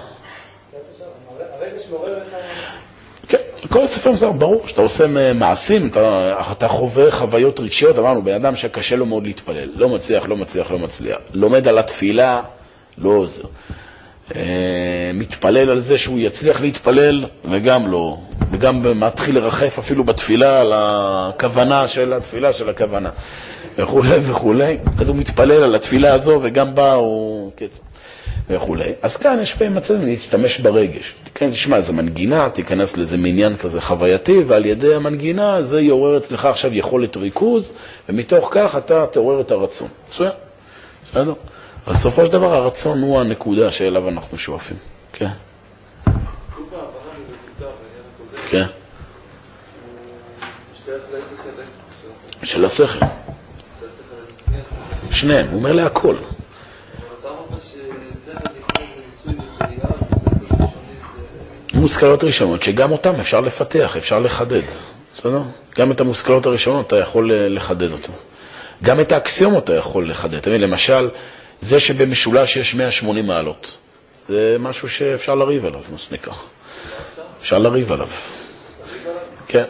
כן, כל הספרים זה ברור, שאתה עושה מעשים, אתה, אתה חווה חוויות רגשיות, אמרנו, בן אדם שקשה לו מאוד להתפלל, לא מצליח, לא מצליח, לא מצליח. לומד על התפילה, לא עוזר. מתפלל על זה שהוא יצליח להתפלל, וגם לא, וגם מתחיל לרחף אפילו בתפילה על הכוונה של התפילה של הכוונה, וכו' וכו'. אז הוא מתפלל על התפילה הזו, וגם בא הוא קצר, וכו'. אז כאן יש פעמים מצבים להשתמש ברגש. כן, תשמע, זה מנגינה, תיכנס לזה מעניין כזה חווייתי, ועל ידי המנגינה זה יעורר אצלך עכשיו יכולת ריכוז, ומתוך כך אתה תעורר את הרצון. בסדר? בסדר? אז סופו של דבר הרצון הוא הנקודה שאליו אנחנו שואפים. כן. כן. של השכל. שניהם, הוא אומר להכל. מושכלות ראשונות, שגם אותם אפשר לפתח, אפשר לחדד. בסדר? גם את המושכלות הראשונות אתה יכול לחדד אותו. גם את האקסיומות אתה יכול לחדד. תמיד, למשל, זה שבמשולש יש מאה ושמונים מעלות. זה משהו שאפשר לריב עליו, מה שנקרא. אפשר לריב עליו. כן.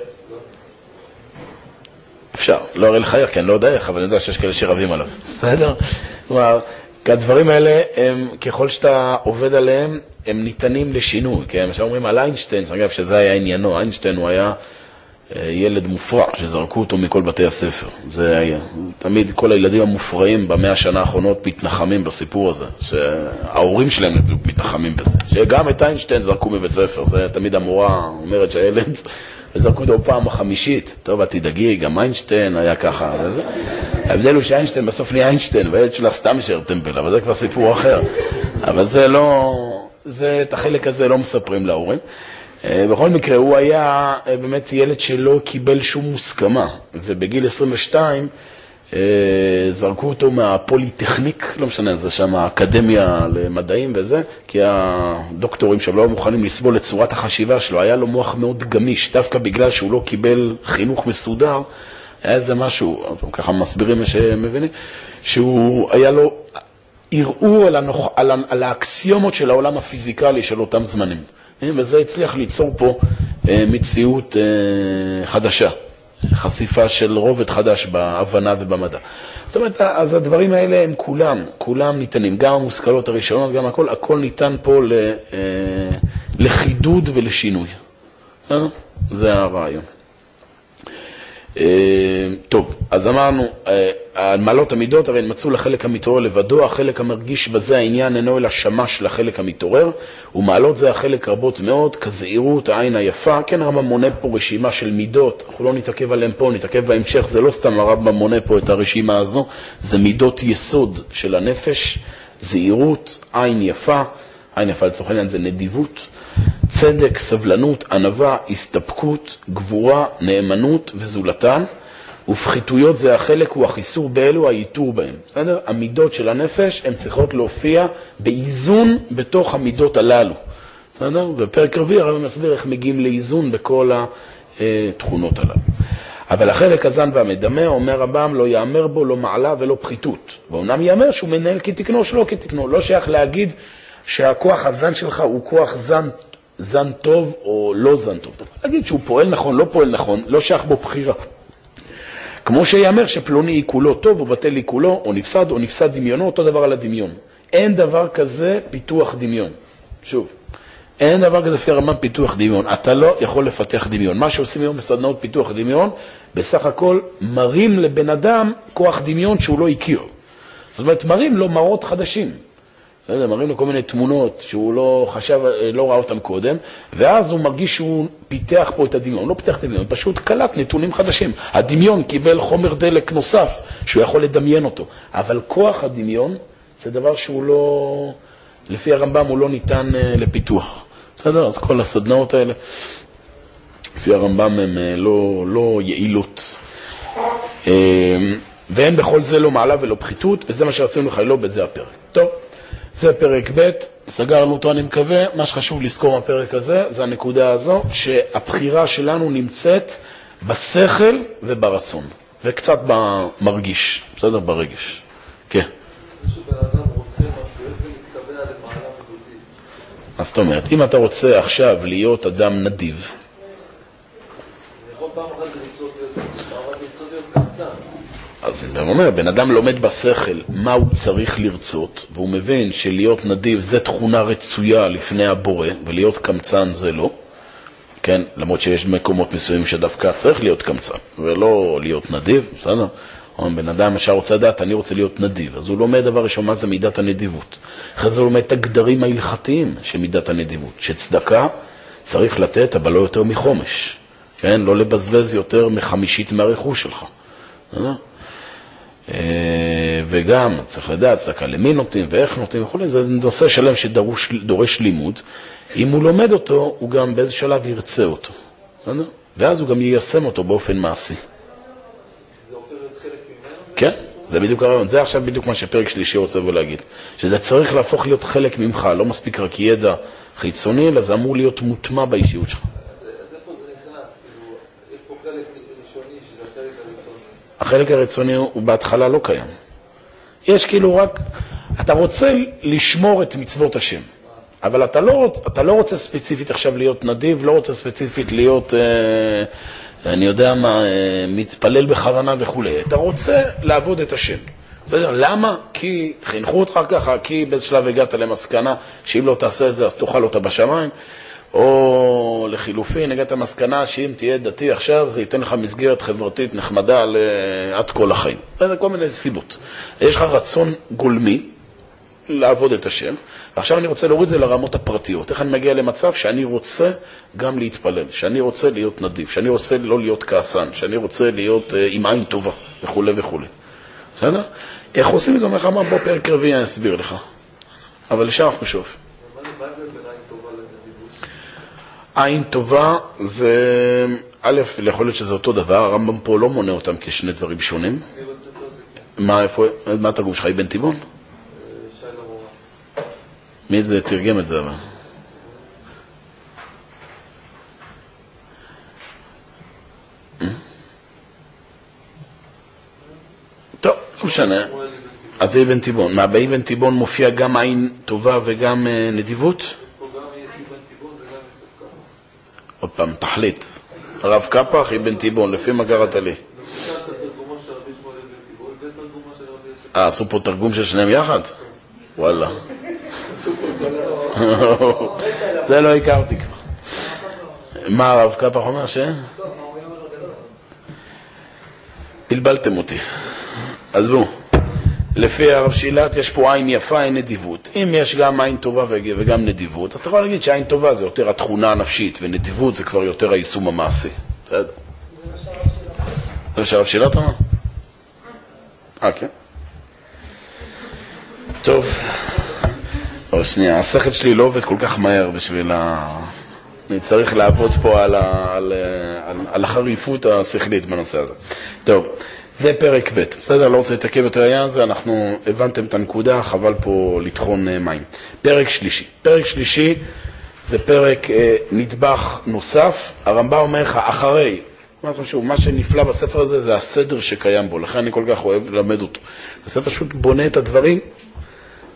אפשר. לא הרי לחייך, כי אני לא יודע איך, אבל אני יודע שיש כאלה שרבים עליו. בסדר? כלומר, הדברים האלה, הם, ככל שאתה עובד עליהם, הם ניתנים לשינוי. כן? מה שאומרים על איינשטיין, אגב, שזה היה עניינו. איינשטיין הוא היה ילד מופרע, שזרקו אותו מכל בתי הספר. זה היה. תמיד כל הילדים המופרעים במאה השנה האחרונות מתנחמים בסיפור הזה, שההורים שלהם מתנחמים בזה. שגם את איינשטיין זרקו מבית ספר. זה תמיד המורה אומרת שהילד, וזרקו אותו פעם החמישית. טוב, את תדאגי, גם איינשטיין היה ככה. וזה. ההבדל הוא שאיינשטיין בסוף נהיה איינשטיין, והילד שלה סתם שר טמפל, אבל זה כבר סיפור אחר. אבל זה לא, זה, את החלק הזה לא מספרים להורים. בכל מקרה, הוא היה באמת ילד שלא קיבל שום מוסכמה, ובגיל עשרים ושתיים זרקו אותו מהפוליטכניק, לא משנה, זה שם האקדמיה למדעים וזה, כי הדוקטורים שם לא מוכנים לסבול את צורת החשיבה שלו, היה לו מוח מאוד גמיש, דווקא בגלל שהוא לא קיבל חינוך מסודר, היה איזה משהו, ככה מסבירים שמבינים, שהוא היה לו ערעור על, הנוח, על, על האקסיומות של העולם הפיזיקלי של אותם זמנים. וזה הצליח ליצור פה מציאות חדשה, חשיפה של רובד חדש בהבנה ובמדע. זאת אומרת, אז הדברים האלה הם כולם, כולם ניתנים, גם המושכלות הראשונות, גם הכל, הכל ניתן פה לחידוד ולשינוי. זה הרעיון. טוב, אז אמרנו, על מעלות המידות, הרי נמצאו לחלק המתעורר לבדו, החלק המרגיש בזה העניין אינו אלא שמש לחלק המתעורר, ומעלות זה החלק רבות מאוד, כזהירות, העין היפה. כן, הרמב"ם מונה פה רשימה של מידות, אנחנו לא נתעכב עליהם פה, נתעכב בהמשך, זה לא סתם הרמב"ם מונה פה את הרשימה הזו, זה מידות יסוד של הנפש, זהירות, עין יפה, עין יפה לצורך העניין זה נדיבות, צדק, סבלנות, ענווה, הסתפקות, גבורה, נאמנות וזולתן, ופחיתויות זה החלק הוא החיסור באלו, היתור בהם. בסדר? המידות של הנפש הן צריכות להופיע באיזון בתוך המידות הללו. בסדר? בפרק רביעי הרב מסביר איך מגיעים לאיזון בכל התכונות הללו. אבל החלק הזן והמדמה, אומר רבם, לא יאמר בו לא מעלה ולא פחיתות. ואומנם יאמר שהוא מנהל כתקנו שלא כתקנו. לא שייך להגיד, שהכוח הזן שלך הוא כוח זן, זן טוב או לא זן טוב. אתה יכול להגיד שהוא פועל נכון, לא פועל נכון, לא שייך בו בחירה. כמו שיאמר שפלוני עיקולו טוב או בטל עיקולו, או נפסד או נפסד דמיונו, אותו דבר על הדמיון. אין דבר כזה פיתוח דמיון. שוב, אין דבר כזה לפי הרמב"ם פיתוח דמיון. אתה לא יכול לפתח דמיון. מה שעושים היום בסדנאות פיתוח דמיון, בסך הכל מראים לבן אדם כוח דמיון שהוא לא הכיר. זאת אומרת, מראים לו מראות חדשים. בסדר, מראים לו כל מיני תמונות שהוא לא חשב, לא ראה אותם קודם, ואז הוא מרגיש שהוא פיתח פה את הדמיון. לא פיתח את הדמיון, פשוט קלט נתונים חדשים. הדמיון קיבל חומר דלק נוסף שהוא יכול לדמיין אותו. אבל כוח הדמיון זה דבר שהוא לא, לפי הרמב"ם הוא לא ניתן לפיתוח. בסדר, אז כל הסדנאות האלה, לפי הרמב"ם הם לא, לא יעילות. ואין בכל זה לא מעלה ולא פחיתות, וזה מה שרצינו לכלול בזה הפרק. טוב. זה פרק ב', סגרנו אותו אני מקווה, מה שחשוב לזכור מהפרק הזה, זה הנקודה הזו, שהבחירה שלנו נמצאת בשכל וברצון, וקצת במרגיש, בסדר? ברגש. כן. שבן אדם רוצה משהו, איך זה מתקבע למעלה מדותית? אז זאת אומרת, אם אתה רוצה עכשיו להיות אדם נדיב, אני יכול פעם אחת לרצות להיות קמצן. אז אני אומר, בן אדם לומד בשכל מה הוא צריך לרצות, והוא מבין שלהיות נדיב זה תכונה רצויה לפני הבורא, ולהיות קמצן זה לא. כן, למרות שיש מקומות מסוימים שדווקא צריך להיות קמצן, ולא להיות נדיב, בסדר? אבל בן אדם שרוצה לדעת, אני רוצה להיות נדיב, אז הוא לומד דבר ראשון מה זה מידת הנדיבות. אחרי זה הוא לומד את הגדרים ההלכתיים של מידת הנדיבות, שצדקה צריך לתת, אבל לא יותר מחומש. כן, לא לבזבז יותר מחמישית מהרכוש שלך. בסדר? וגם צריך לדעת צדקה למי נותנים ואיך נותנים וכו', זה נושא שלם שדורש לימוד. אם הוא לומד אותו, הוא גם באיזה שלב ירצה אותו, ואז הוא גם יישם אותו באופן מעשי. זה הופך להיות חלק ממנו? כן, זה בדיוק הרעיון. זה עכשיו בדיוק מה שפרק שלישי רוצה להגיד, שזה צריך להפוך להיות חלק ממך, לא מספיק רק ידע חיצוני, אלא זה אמור להיות מוטמע באישיות שלך. אז איפה זה נכנס? כאילו, יש פה חלק ראשוני שזה החלק הרצוני. החלק הרצוני הוא בהתחלה לא קיים. יש כאילו רק, אתה רוצה לשמור את מצוות השם, אבל אתה לא, רוצ, אתה לא רוצה ספציפית עכשיו להיות נדיב, לא רוצה ספציפית להיות, אה, אני יודע מה, אה, מתפלל בכוונה וכו'. אתה רוצה לעבוד את השם. בסדר? למה? כי חינכו אותך ככה, כי באיזה שלב הגעת למסקנה שאם לא תעשה את זה אז תאכל אותה בשמיים, או לחילופין, הגעת למסקנה שאם תהיה דתי עכשיו, זה ייתן לך מסגרת חברתית נחמדה עד כל החיים. זה כל מיני סיבות. יש לך רצון גולמי לעבוד את השם, ועכשיו אני רוצה להוריד זה לרמות הפרטיות. איך אני מגיע למצב שאני רוצה גם להתפלל, שאני רוצה להיות נדיב, שאני רוצה לא להיות כעסן, שאני רוצה להיות uh, עם עין טובה, וכו' וכו'. בסדר? איך עושים את זה? אומר לך, מה בוא פרק רביעי אני אסביר לך. אבל לשם אנחנו שוב. עין טובה זה, א', יכול להיות שזה אותו דבר, הרמב"ם פה לא מונה אותם כשני דברים שונים. מה, איפה, מה התרגום שלך, אבן תיבון? מי זה תרגם את זה אבל? טוב, לא משנה. אז זה אבן תיבון. מה, באבן תיבון מופיע גם עין טובה וגם נדיבות? עוד פעם, תחליט. הרב קפח, אבן תיבון, לפי מה קראת לי? אה, עשו פה תרגום של שניהם יחד? וואלה. זה לא הכרתי כבר. מה הרב קפח אומר ש? פלבלתם אותי. אז בואו, לפי הרב שילת יש פה עין יפה, עין נדיבות. אם יש גם עין טובה וגם נדיבות, אז אתה יכול להגיד שעין טובה זה יותר התכונה הנפשית, ונדיבות זה כבר יותר היישום המעשי. זה מה שהרב שילת אומר? אה, כן. טוב. או שנייה, השכל שלי לא עובד כל כך מהר בשביל ה... אני צריך לעבוד פה על, ה... על... על... על החריפות השכלית בנושא הזה. טוב, זה פרק ב', בסדר? לא רוצה להתעכב יותר העניין הזה, אנחנו הבנתם את הנקודה, חבל פה לטחון מים. פרק שלישי. פרק שלישי זה פרק אה, נדבך נוסף. הרמב"ם אומר לך, אחרי, מה שנפלא בספר הזה זה הסדר שקיים בו, לכן אני כל כך אוהב ללמד אותו. הספר פשוט בונה את הדברים,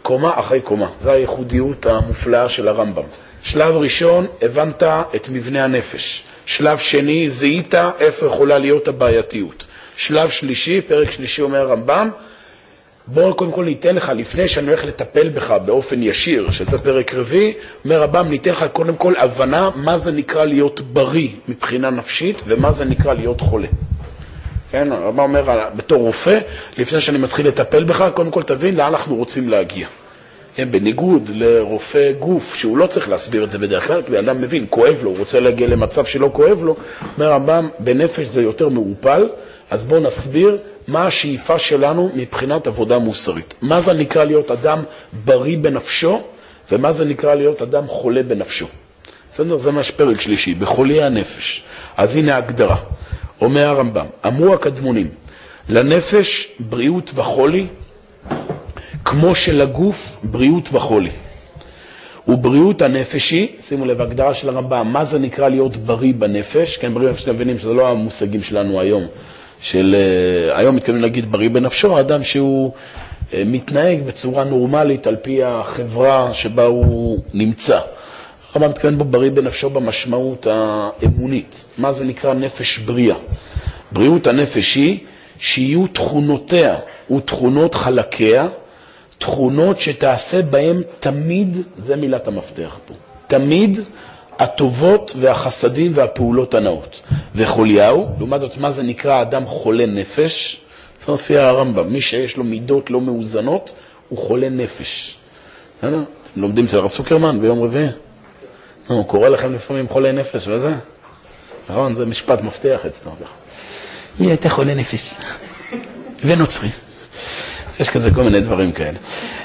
קומה אחרי קומה. זו הייחודיות המופלאה של הרמב"ם. שלב ראשון, הבנת את מבנה הנפש. שלב שני, זיהית איפה יכולה להיות הבעייתיות. שלב שלישי, פרק שלישי אומר הרמב"ם, בואו קודם כל ניתן לך, לפני שאני הולך לטפל בך באופן ישיר, שזה פרק רביעי, אומר הרמב"ם, ניתן לך קודם כל הבנה מה זה נקרא להיות בריא מבחינה נפשית, ומה זה נקרא להיות חולה. כן, הרמב"ם אומר, בתור רופא, לפני שאני מתחיל לטפל בך, קודם כל תבין לאן אנחנו רוצים להגיע. כן, בניגוד לרופא גוף, שהוא לא צריך להסביר את זה בדרך כלל, כי אדם מבין, כואב לו, הוא רוצה להגיע למצב שלא כואב לו, אומר הרמב"ם, בנפש זה יותר מעופל, אז בואו נסביר מה השאיפה שלנו מבחינת עבודה מוסרית. מה זה נקרא להיות אדם בריא בנפשו, ומה זה נקרא להיות אדם חולה בנפשו. בסדר? זה מה שפרק שלישי, בחולי הנפש. אז הנה ההגדרה. אומר הרמב"ם, אמרו הקדמונים, לנפש בריאות וחולי, כמו שלגוף בריאות וחולי. ובריאות הנפש היא, שימו לב, הגדרה של הרמב"ם, מה זה נקרא להיות בריא בנפש? כן, בריא בנפש, אתם מבינים שזה לא המושגים שלנו היום. של, היום מתכוונים להגיד בריא בנפשו, האדם שהוא מתנהג בצורה נורמלית על פי החברה שבה הוא נמצא. הרמב"ם מתכוון בו בריא בנפשו במשמעות האמונית. מה זה נקרא נפש בריאה? בריאות הנפש היא שיהיו תכונותיה ותכונות חלקיה, תכונות שתעשה בהם תמיד, זה מילת המפתח פה, תמיד הטובות והחסדים והפעולות הנאות. וחוליהו, לעומת זאת, מה זה נקרא אדם חולה נפש? זה מופיע הרמב"ם, מי שיש לו מידות לא מאוזנות, הוא חולה נפש. אתם לומדים אצל הרב צוקרמן ביום רביעי? הוא קורא לכם לפעמים חולה נפש, וזה? נכון, זה משפט מפתח אצלנו. היא הייתה חולה נפש. ונוצרי. יש כזה כל מיני דברים כאלה.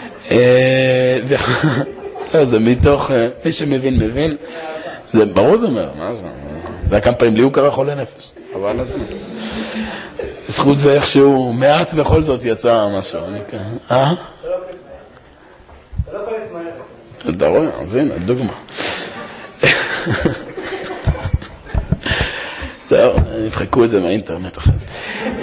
זה מתוך, מי שמבין, מבין. זה ברור זה אומר, מה זה? זה כמה פעמים לי הוא קרא חולה נפש. אבל אז זכות זה איכשהו מעט בכל זאת יצא משהו. אה? אתה לא קולט מהר. אתה רואה? אז הנה, דוגמה. טוב, נבחקו את זה מהאינטרנט אחרי זה.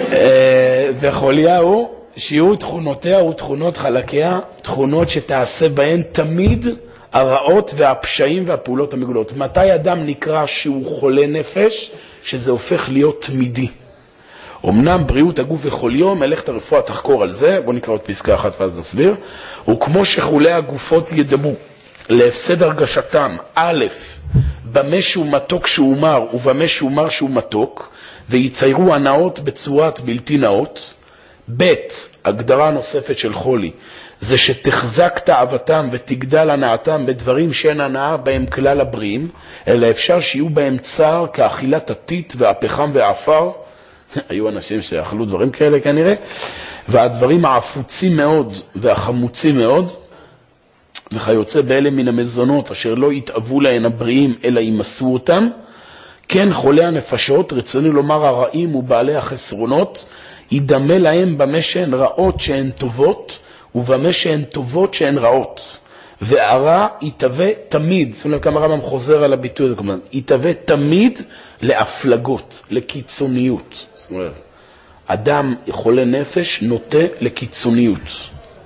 וחוליהו, שיהיו תכונותיה ותכונות חלקיה, תכונות שתעשה בהן תמיד הרעות והפשעים והפעולות המגולות. מתי אדם נקרא שהוא חולה נפש? שזה הופך להיות תמידי. אמנם בריאות הגוף וחוליו, מלאכת הרפואה תחקור על זה, בואו נקרא עוד פסקה אחת ואז נסביר. וכמו שחולי הגופות ידמו להפסד הרגשתם, א', במה שהוא מתוק שהוא מר ובמה שהוא מר שהוא מתוק, וייציירו הנאות בצורת בלתי נאות. ב', הגדרה נוספת של חולי, זה שתחזק תאוותם ותגדל הנאתם בדברים שאין הנאה בהם כלל הבריאים, אלא אפשר שיהיו בהם צער כאכילת הטיט והפחם והעפר, היו אנשים שאכלו דברים כאלה כנראה, והדברים העפוצים מאוד והחמוצים מאוד, וכיוצא באלה מן המזונות אשר לא יתאבו להן הבריאים אלא ימסו אותם, כן חולי הנפשות, רציני לומר הרעים ובעלי החסרונות, ידמה להם במה שהן רעות שהן טובות, ובמה שהן טובות שהן רעות. והרע יתהווה תמיד, זאת אומרת כמה רמב"ם חוזר על הביטוי הזה, כלומר, יתהווה תמיד להפלגות, לקיצוניות. זאת אומרת, אדם חולה נפש נוטה לקיצוניות.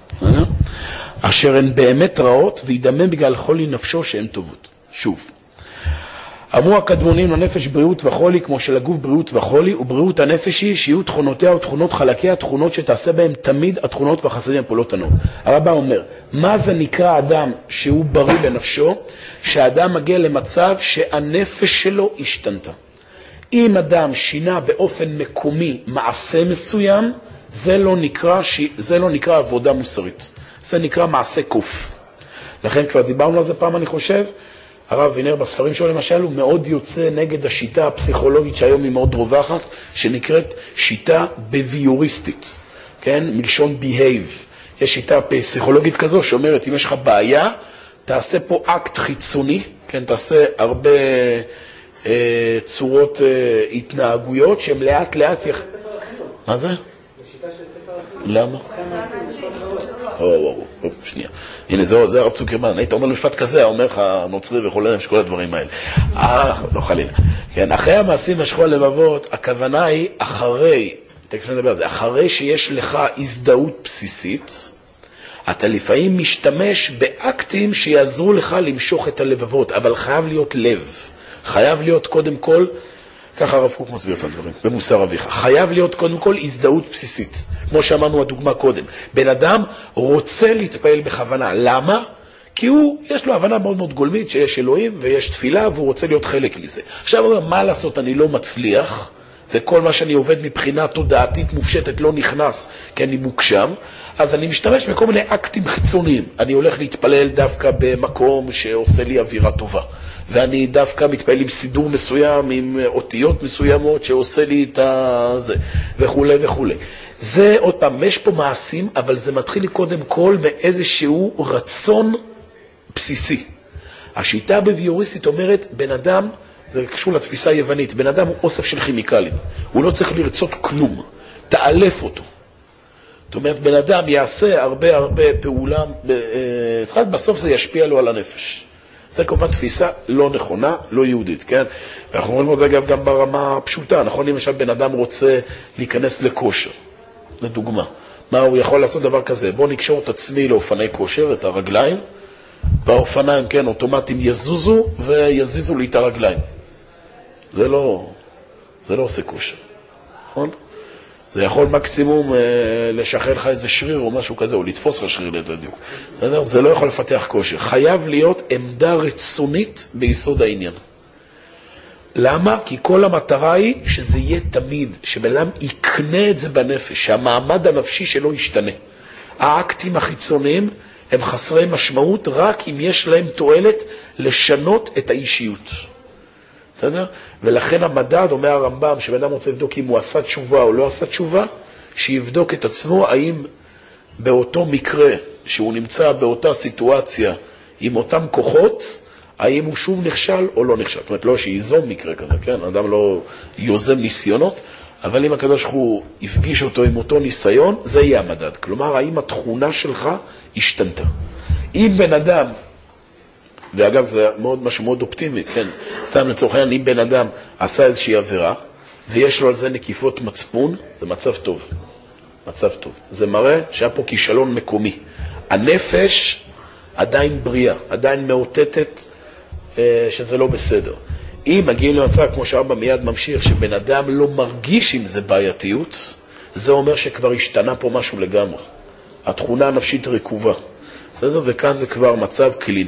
אשר הן באמת רעות, וידמה בגלל חולי נפשו שהן טובות. שוב. אמרו הקדמונים לנפש בריאות וחולי, כמו שלגוף בריאות וחולי, ובריאות הנפש היא שיהיו תכונותיה ותכונות חלקיה, תכונות שתעשה בהם תמיד התכונות והחסדים הפעולות הנאות. הרמב"ם אומר, מה זה נקרא אדם שהוא בריא בנפשו? שהאדם מגיע למצב שהנפש שלו השתנתה. אם אדם שינה באופן מקומי מעשה מסוים, זה לא נקרא, זה לא נקרא עבודה מוסרית. זה נקרא מעשה קוף. לכן כבר דיברנו על זה פעם אני חושב, הרב וינר בספרים שלו למשל הוא מאוד יוצא נגד השיטה הפסיכולוגית שהיום היא מאוד רווחת, שנקראת שיטה בביוריסטית, כן? מלשון behave. יש שיטה פסיכולוגית כזו שאומרת, אם יש לך בעיה, תעשה פה אקט חיצוני, כן? תעשה הרבה אה, צורות אה, התנהגויות שהן לאט לאט יח... מה זה? זה שיטה של ספר החינוך. למה? או, או, או, שנייה. הנה, זה, זה הרב צוקרמן. היית אומר למשפט כזה, אומר לך נוצרי וחולה נפש, כל הדברים האלה. אה, לא חלילה. כן, אחרי המעשים משכו הלבבות, הכוונה היא אחרי, תכף נדבר על זה, אחרי שיש לך הזדהות בסיסית, אתה לפעמים משתמש באקטים שיעזרו לך למשוך את הלבבות, אבל חייב להיות לב. חייב להיות קודם כל, ככה הרב קוק מסביר את הדברים, במוסר אביך. חייב להיות קודם כל הזדהות בסיסית. כמו שאמרנו הדוגמה קודם. בן אדם רוצה להתפעל בכוונה. למה? כי הוא, יש לו הבנה מאוד מאוד גולמית שיש אלוהים ויש תפילה והוא רוצה להיות חלק מזה. עכשיו הוא אומר, מה לעשות? אני לא מצליח, וכל מה שאני עובד מבחינה תודעתית מופשטת לא נכנס, כי אני מוקשם, אז אני משתמש בכל מיני אקטים חיצוניים. אני הולך להתפלל דווקא במקום שעושה לי אווירה טובה. ואני דווקא מתפעל עם סידור מסוים, עם אותיות מסוימות שעושה לי את זה, וכו' וכו'. זה עוד פעם, יש פה מעשים, אבל זה מתחיל לי קודם כל מאיזשהו רצון בסיסי. השיטה הביוריסטית אומרת, בן אדם, זה קשור לתפיסה היוונית, בן אדם הוא אוסף של כימיקלים. הוא לא צריך לרצות כלום, תאלף אותו. זאת אומרת, בן אדם יעשה הרבה הרבה פעולה, בסוף זה ישפיע לו על הנפש. זה כמובן תפיסה לא נכונה, לא יהודית, כן? ואנחנו רואים את זה גם, גם ברמה הפשוטה. נכון, למשל, בן אדם רוצה להיכנס לכושר, לדוגמה. מה הוא יכול לעשות דבר כזה? בוא נקשור את עצמי לאופני כושר, את הרגליים, והאופניים, כן, אוטומטיים יזוזו ויזיזו לי את הרגליים. זה לא, זה לא עושה כושר, נכון? זה יכול מקסימום אה, לשחרר לך איזה שריר או משהו כזה, או לתפוס לך שריר לדדיוק. בסדר? זה לא יכול לפתח כושר. חייב להיות עמדה רצונית ביסוד העניין. למה? כי כל המטרה היא שזה יהיה תמיד, שבן אדם יקנה את זה בנפש, שהמעמד הנפשי שלו ישתנה. האקטים החיצוניים הם חסרי משמעות רק אם יש להם תועלת לשנות את האישיות. בסדר? ולכן המדד, אומר הרמב"ם, שבן אדם רוצה לבדוק אם הוא עשה תשובה או לא עשה תשובה, שיבדוק את עצמו האם באותו מקרה שהוא נמצא באותה סיטואציה עם אותם כוחות, האם הוא שוב נכשל או לא נכשל. זאת אומרת, לא שיזום מקרה כזה, כן? אדם לא יוזם ניסיונות, אבל אם הקדוש הוא יפגיש אותו עם אותו ניסיון, זה יהיה המדד. כלומר, האם התכונה שלך השתנתה. אם בן אדם, ואגב זה מאוד, משהו מאוד אופטימי, כן? סתם לצורך העניין, אם בן אדם עשה איזושהי עבירה, ויש לו על זה נקיפות מצפון, זה מצב טוב. מצב טוב. זה מראה שהיה פה כישלון מקומי. הנפש עדיין בריאה, עדיין מאותתת אה, שזה לא בסדר. אם מגיעים למצב, כמו שהרבא מיד ממשיך, שבן אדם לא מרגיש עם זה בעייתיות, זה אומר שכבר השתנה פה משהו לגמרי. התכונה הנפשית רקובה. בסדר? וכאן זה כבר מצב קליני.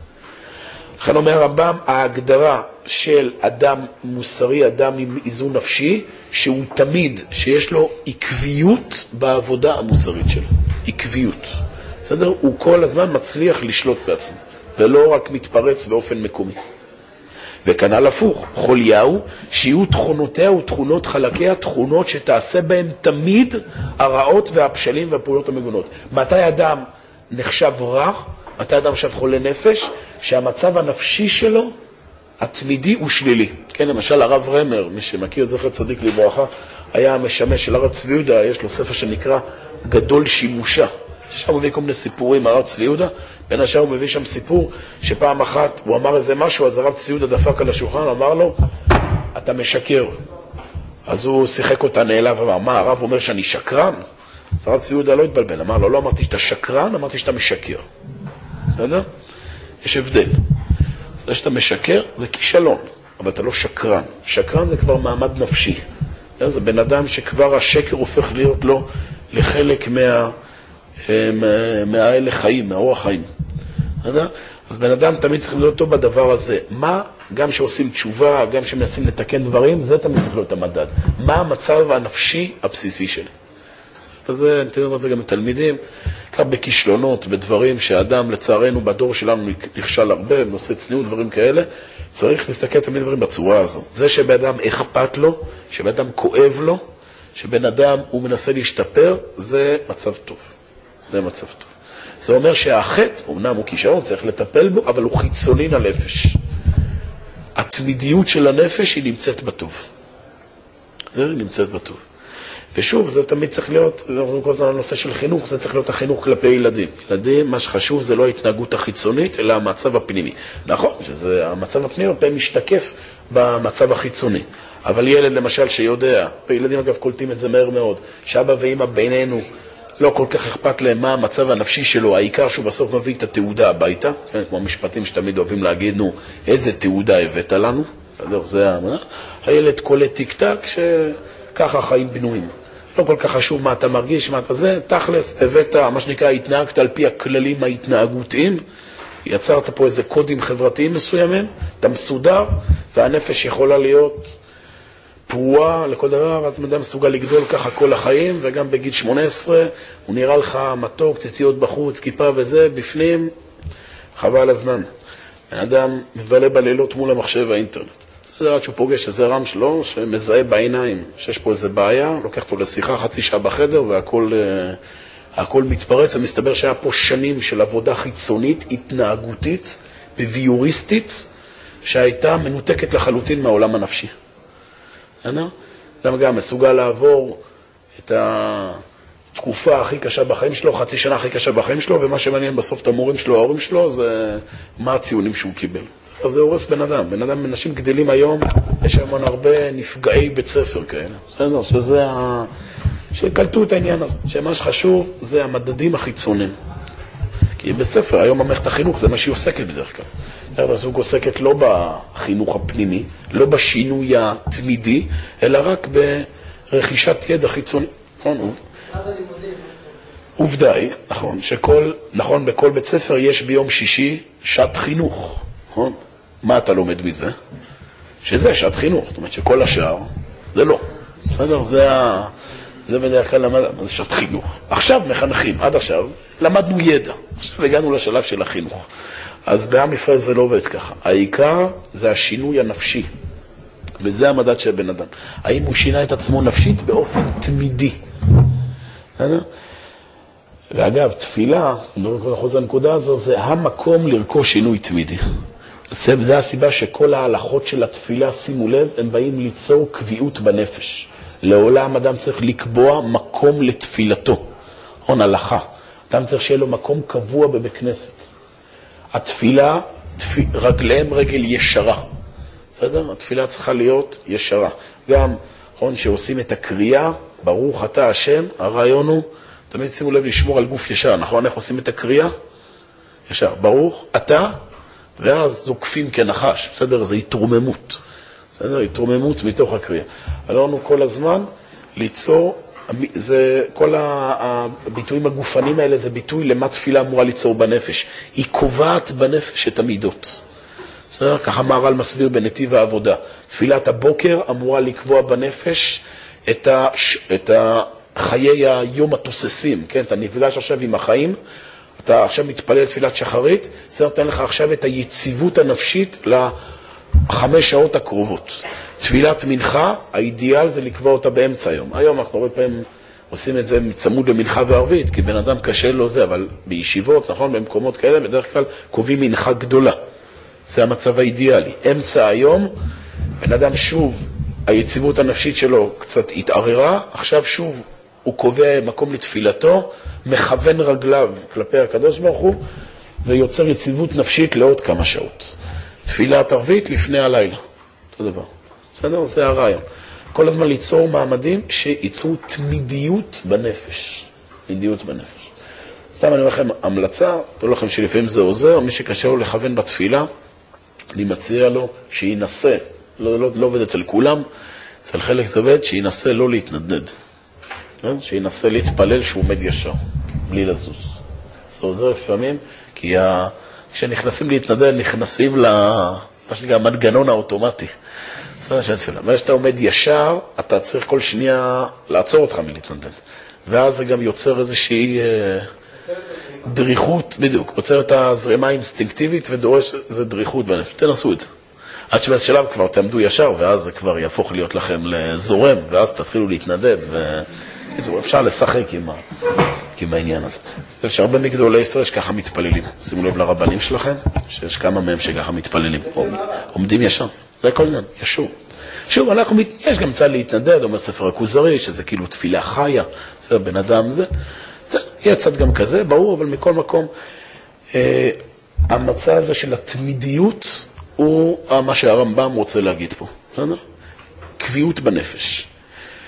לכן אומר הרמב"ם, ההגדרה של אדם מוסרי, אדם עם איזון נפשי, שהוא תמיד, שיש לו עקביות בעבודה המוסרית שלו. עקביות. בסדר? הוא כל הזמן מצליח לשלוט בעצמו, ולא רק מתפרץ באופן מקומי. וכנ"ל הפוך, חוליהו, שיהיו תכונותיה ותכונות חלקיה, תכונות שתעשה בהן תמיד הרעות והפשלים והפעולות המגונות. מתי אדם נחשב רע? מתי אדם נחשב חולה נפש? שהמצב הנפשי שלו, התמידי, הוא שלילי. כן, למשל הרב רמר, מי שמכיר זכר צדיק לברכה, היה המשמש של הרב צבי יהודה, יש לו ספר שנקרא גדול שימושה. ששם הוא מביא כל מיני סיפורים, הרב צבי יהודה, בין השאר הוא מביא שם סיפור שפעם אחת הוא אמר איזה משהו, אז הרב צבי יהודה דפק על השולחן, אמר לו, אתה משקר. אז הוא שיחק אותה נעלב, אמר, מה, הרב אומר שאני שקרן? אז הרב צבי יהודה לא התבלבל, אמר לו, לא אמרתי שאתה שקרן, אמרתי שאתה משקר. בסדר? יש הבדל. זה שאתה משקר, זה כישלון, אבל אתה לא שקרן. שקרן זה כבר מעמד נפשי. זה בן אדם שכבר השקר הופך להיות לו לחלק מה... מהאלה חיים, מהאורח חיים. אז בן אדם תמיד צריך להיות טוב בדבר הזה. מה, גם שעושים תשובה, גם שמנסים לתקן דברים, זה תמיד צריך להיות המדד. מה המצב הנפשי הבסיסי שלי? וזה, אני תמיד אומר את זה גם לתלמידים, כך בכישלונות, בדברים שהאדם לצערנו בדור שלנו נכשל הרבה, בנושא צניעות, דברים כאלה, צריך להסתכל תמיד דברים בצורה הזו. זה שבן אדם אכפת לו, שבן אדם כואב לו, שבן אדם הוא מנסה להשתפר, זה מצב טוב. זה מצב טוב. זה אומר שהחטא, אמנם הוא כישרון, צריך לטפל בו, אבל הוא חיצוני לנפש. התמידיות של הנפש היא נמצאת בטוב. זה נמצאת בטוב. ושוב, זה תמיד צריך להיות, אנחנו כל הזמן הנושא של חינוך, זה צריך להיות החינוך כלפי ילדים. ילדים, מה שחשוב זה לא ההתנהגות החיצונית, אלא המצב הפנימי. נכון, שזה המצב הפנימי, פעם משתקף במצב החיצוני. אבל ילד למשל שיודע, וילדים אגב קולטים את זה מהר מאוד, שאבא ואמא בינינו, לא כל כך אכפת להם מה המצב הנפשי שלו, העיקר שהוא בסוף מביא את התעודה הביתה, כן, כמו המשפטים שתמיד אוהבים להגיד, נו, איזה תעודה הבאת לנו, בסדר, זה הילד קולט טיק טק, שככה החיים בנויים. לא כל כך חשוב מה אתה מרגיש, מה אתה זה, תכלס, הבאת, מה שנקרא, התנהגת על פי הכללים ההתנהגותיים, יצרת פה איזה קודים חברתיים מסוימים, אתה מסודר, והנפש יכולה להיות פרועה לכל דבר, אז אדם מסוגל לגדול ככה כל החיים, וגם בגיל שמונה עשרה, הוא נראה לך מתוק, ציציות בחוץ, כיפה וזה, בפנים, חבל הזמן. בן אדם מבלה בלילות מול המחשב והאינטרנט. זה עד שהוא פוגש איזה רם שלו, שמזהה בעיניים שיש פה איזה בעיה, לוקח אותו לשיחה חצי שעה בחדר, והכל הכל מתפרץ, ומסתבר שהיה פה שנים של עבודה חיצונית, התנהגותית וביוריסטית, שהייתה מנותקת לחלוטין מהעולם הנפשי. אדם גם מסוגל לעבור את התקופה הכי קשה בחיים שלו, חצי שנה הכי קשה בחיים שלו, ומה שמעניין בסוף את המורים שלו, ההורים שלו, זה מה הציונים שהוא קיבל. אז זה הורס בן אדם. בן אדם, אנשים גדלים היום, יש היום הרבה נפגעי בית ספר כאלה. בסדר, שזה ה... שקלטו את העניין הזה, שמה שחשוב זה המדדים החיצוניים. כי בית ספר, היום המערכת החינוך, זה מה שהיא עוסקת בדרך כלל. הזוג עוסקת לא בחינוך הפנימי, לא בשינוי התמידי, אלא רק ברכישת ידע חיצוני. נכון? עובדה היא, נכון, שכל, נכון, בכל בית ספר יש ביום שישי שעת חינוך. נכון? מה אתה לומד מזה? שזה שעת חינוך. זאת אומרת שכל השאר זה לא. בסדר? זה ה... זה בדרך כלל למד... זה שעת חינוך. עכשיו מחנכים, עד עכשיו למדנו ידע. עכשיו הגענו לשלב של החינוך. אז בעם ישראל זה לא עובד ככה. העיקר זה השינוי הנפשי. וזה המדד של בן אדם. האם הוא שינה את עצמו נפשית באופן תמידי. ואגב, תפילה, לא חוזר הנקודה הזו, זה המקום לרכוש שינוי תמידי. זה הסיבה שכל ההלכות של התפילה, שימו לב, הם באים ליצור קביעות בנפש. לעולם אדם צריך לקבוע מקום לתפילתו. הון הלכה. אדם צריך שיהיה לו מקום קבוע בבית כנסת. התפילה, תפיל, רגליהם רגל ישרה. בסדר? התפילה צריכה להיות ישרה. גם, נכון, שעושים את הקריאה, ברוך אתה השם, הרעיון הוא, תמיד שימו לב לשמור על גוף ישר, נכון? איך עושים את הקריאה? ישר. ברוך אתה, ואז זוקפים כנחש. בסדר? זה התרוממות. בסדר? התרוממות מתוך הקריאה. עלינו כל הזמן ליצור, זה, כל הביטויים הגופנים האלה זה ביטוי למה תפילה אמורה ליצור בנפש. היא קובעת בנפש את המידות. בסדר? ככה מהר"ל מסביר בנתיב העבודה. תפילת הבוקר אמורה לקבוע בנפש את, ה, את חיי היום התוססים. כן? אתה נפגש עכשיו עם החיים, אתה עכשיו מתפלל תפילת שחרית, זה נותן לך עכשיו את היציבות הנפשית לחמש שעות הקרובות. תפילת מנחה, האידיאל זה לקבוע אותה באמצע היום. היום אנחנו הרבה פעמים עושים את זה צמוד למנחה וערבית, כי בן אדם קשה לו זה, אבל בישיבות, נכון, במקומות כאלה, בדרך כלל קובעים מנחה גדולה. זה המצב האידיאלי. אמצע היום, בן אדם שוב, היציבות הנפשית שלו קצת התערערה, עכשיו שוב הוא קובע מקום לתפילתו, מכוון רגליו כלפי הקדוש ברוך הוא, ויוצר יציבות נפשית לעוד כמה שעות. תפילת ערבית לפני הלילה. אותו דבר. בסדר? זה הרעיון. כל הזמן ליצור מעמדים שייצרו תמידיות בנפש. תמידיות בנפש. סתם אני אומר לכם המלצה, תראו לכם שלפעמים זה עוזר, מי שקשה לו לכוון בתפילה, אני מציע לו שינסה, לא, לא, לא עובד אצל כולם, אצל חלק זה עובד, שינסה לא להתנדנד. שינסה להתפלל שהוא עומד ישר, בלי לזוז. זה עוזר לפעמים, כי ה... כשנכנסים להתנדנד, נכנסים למה שנקרא המנגנון האוטומטי. זה שהתפילה. מה שאתה עומד ישר, אתה צריך כל שנייה לעצור אותך מלהתנדנד. ואז זה גם יוצר איזושהי דריכות, בדיוק, יוצר את הזרימה האינסטינקטיבית ודורש איזו דריכות בנפש. תנסו את זה. עד שבאיזה שלב כבר תעמדו ישר, ואז זה כבר יהפוך להיות לכם לזורם, ואז תתחילו להתנדד, ואפשר לשחק עם, ה... עם העניין הזה. יש הרבה מגדולי ישראל שככה מתפללים. שימו לב לרבנים שלכם, שיש כמה מהם שככה מתפללים. עומדים ישר. זה כל עניין, ישור. שוב, אנחנו, יש גם צד להתנדד, אומר ספר הכוזרי, שזה כאילו תפילה חיה, זה בן אדם, זה, זה, יהיה צד גם כזה, ברור, אבל מכל מקום, אה, המצע הזה של התמידיות, הוא מה שהרמב"ם רוצה להגיד פה, בסדר? קביעות בנפש.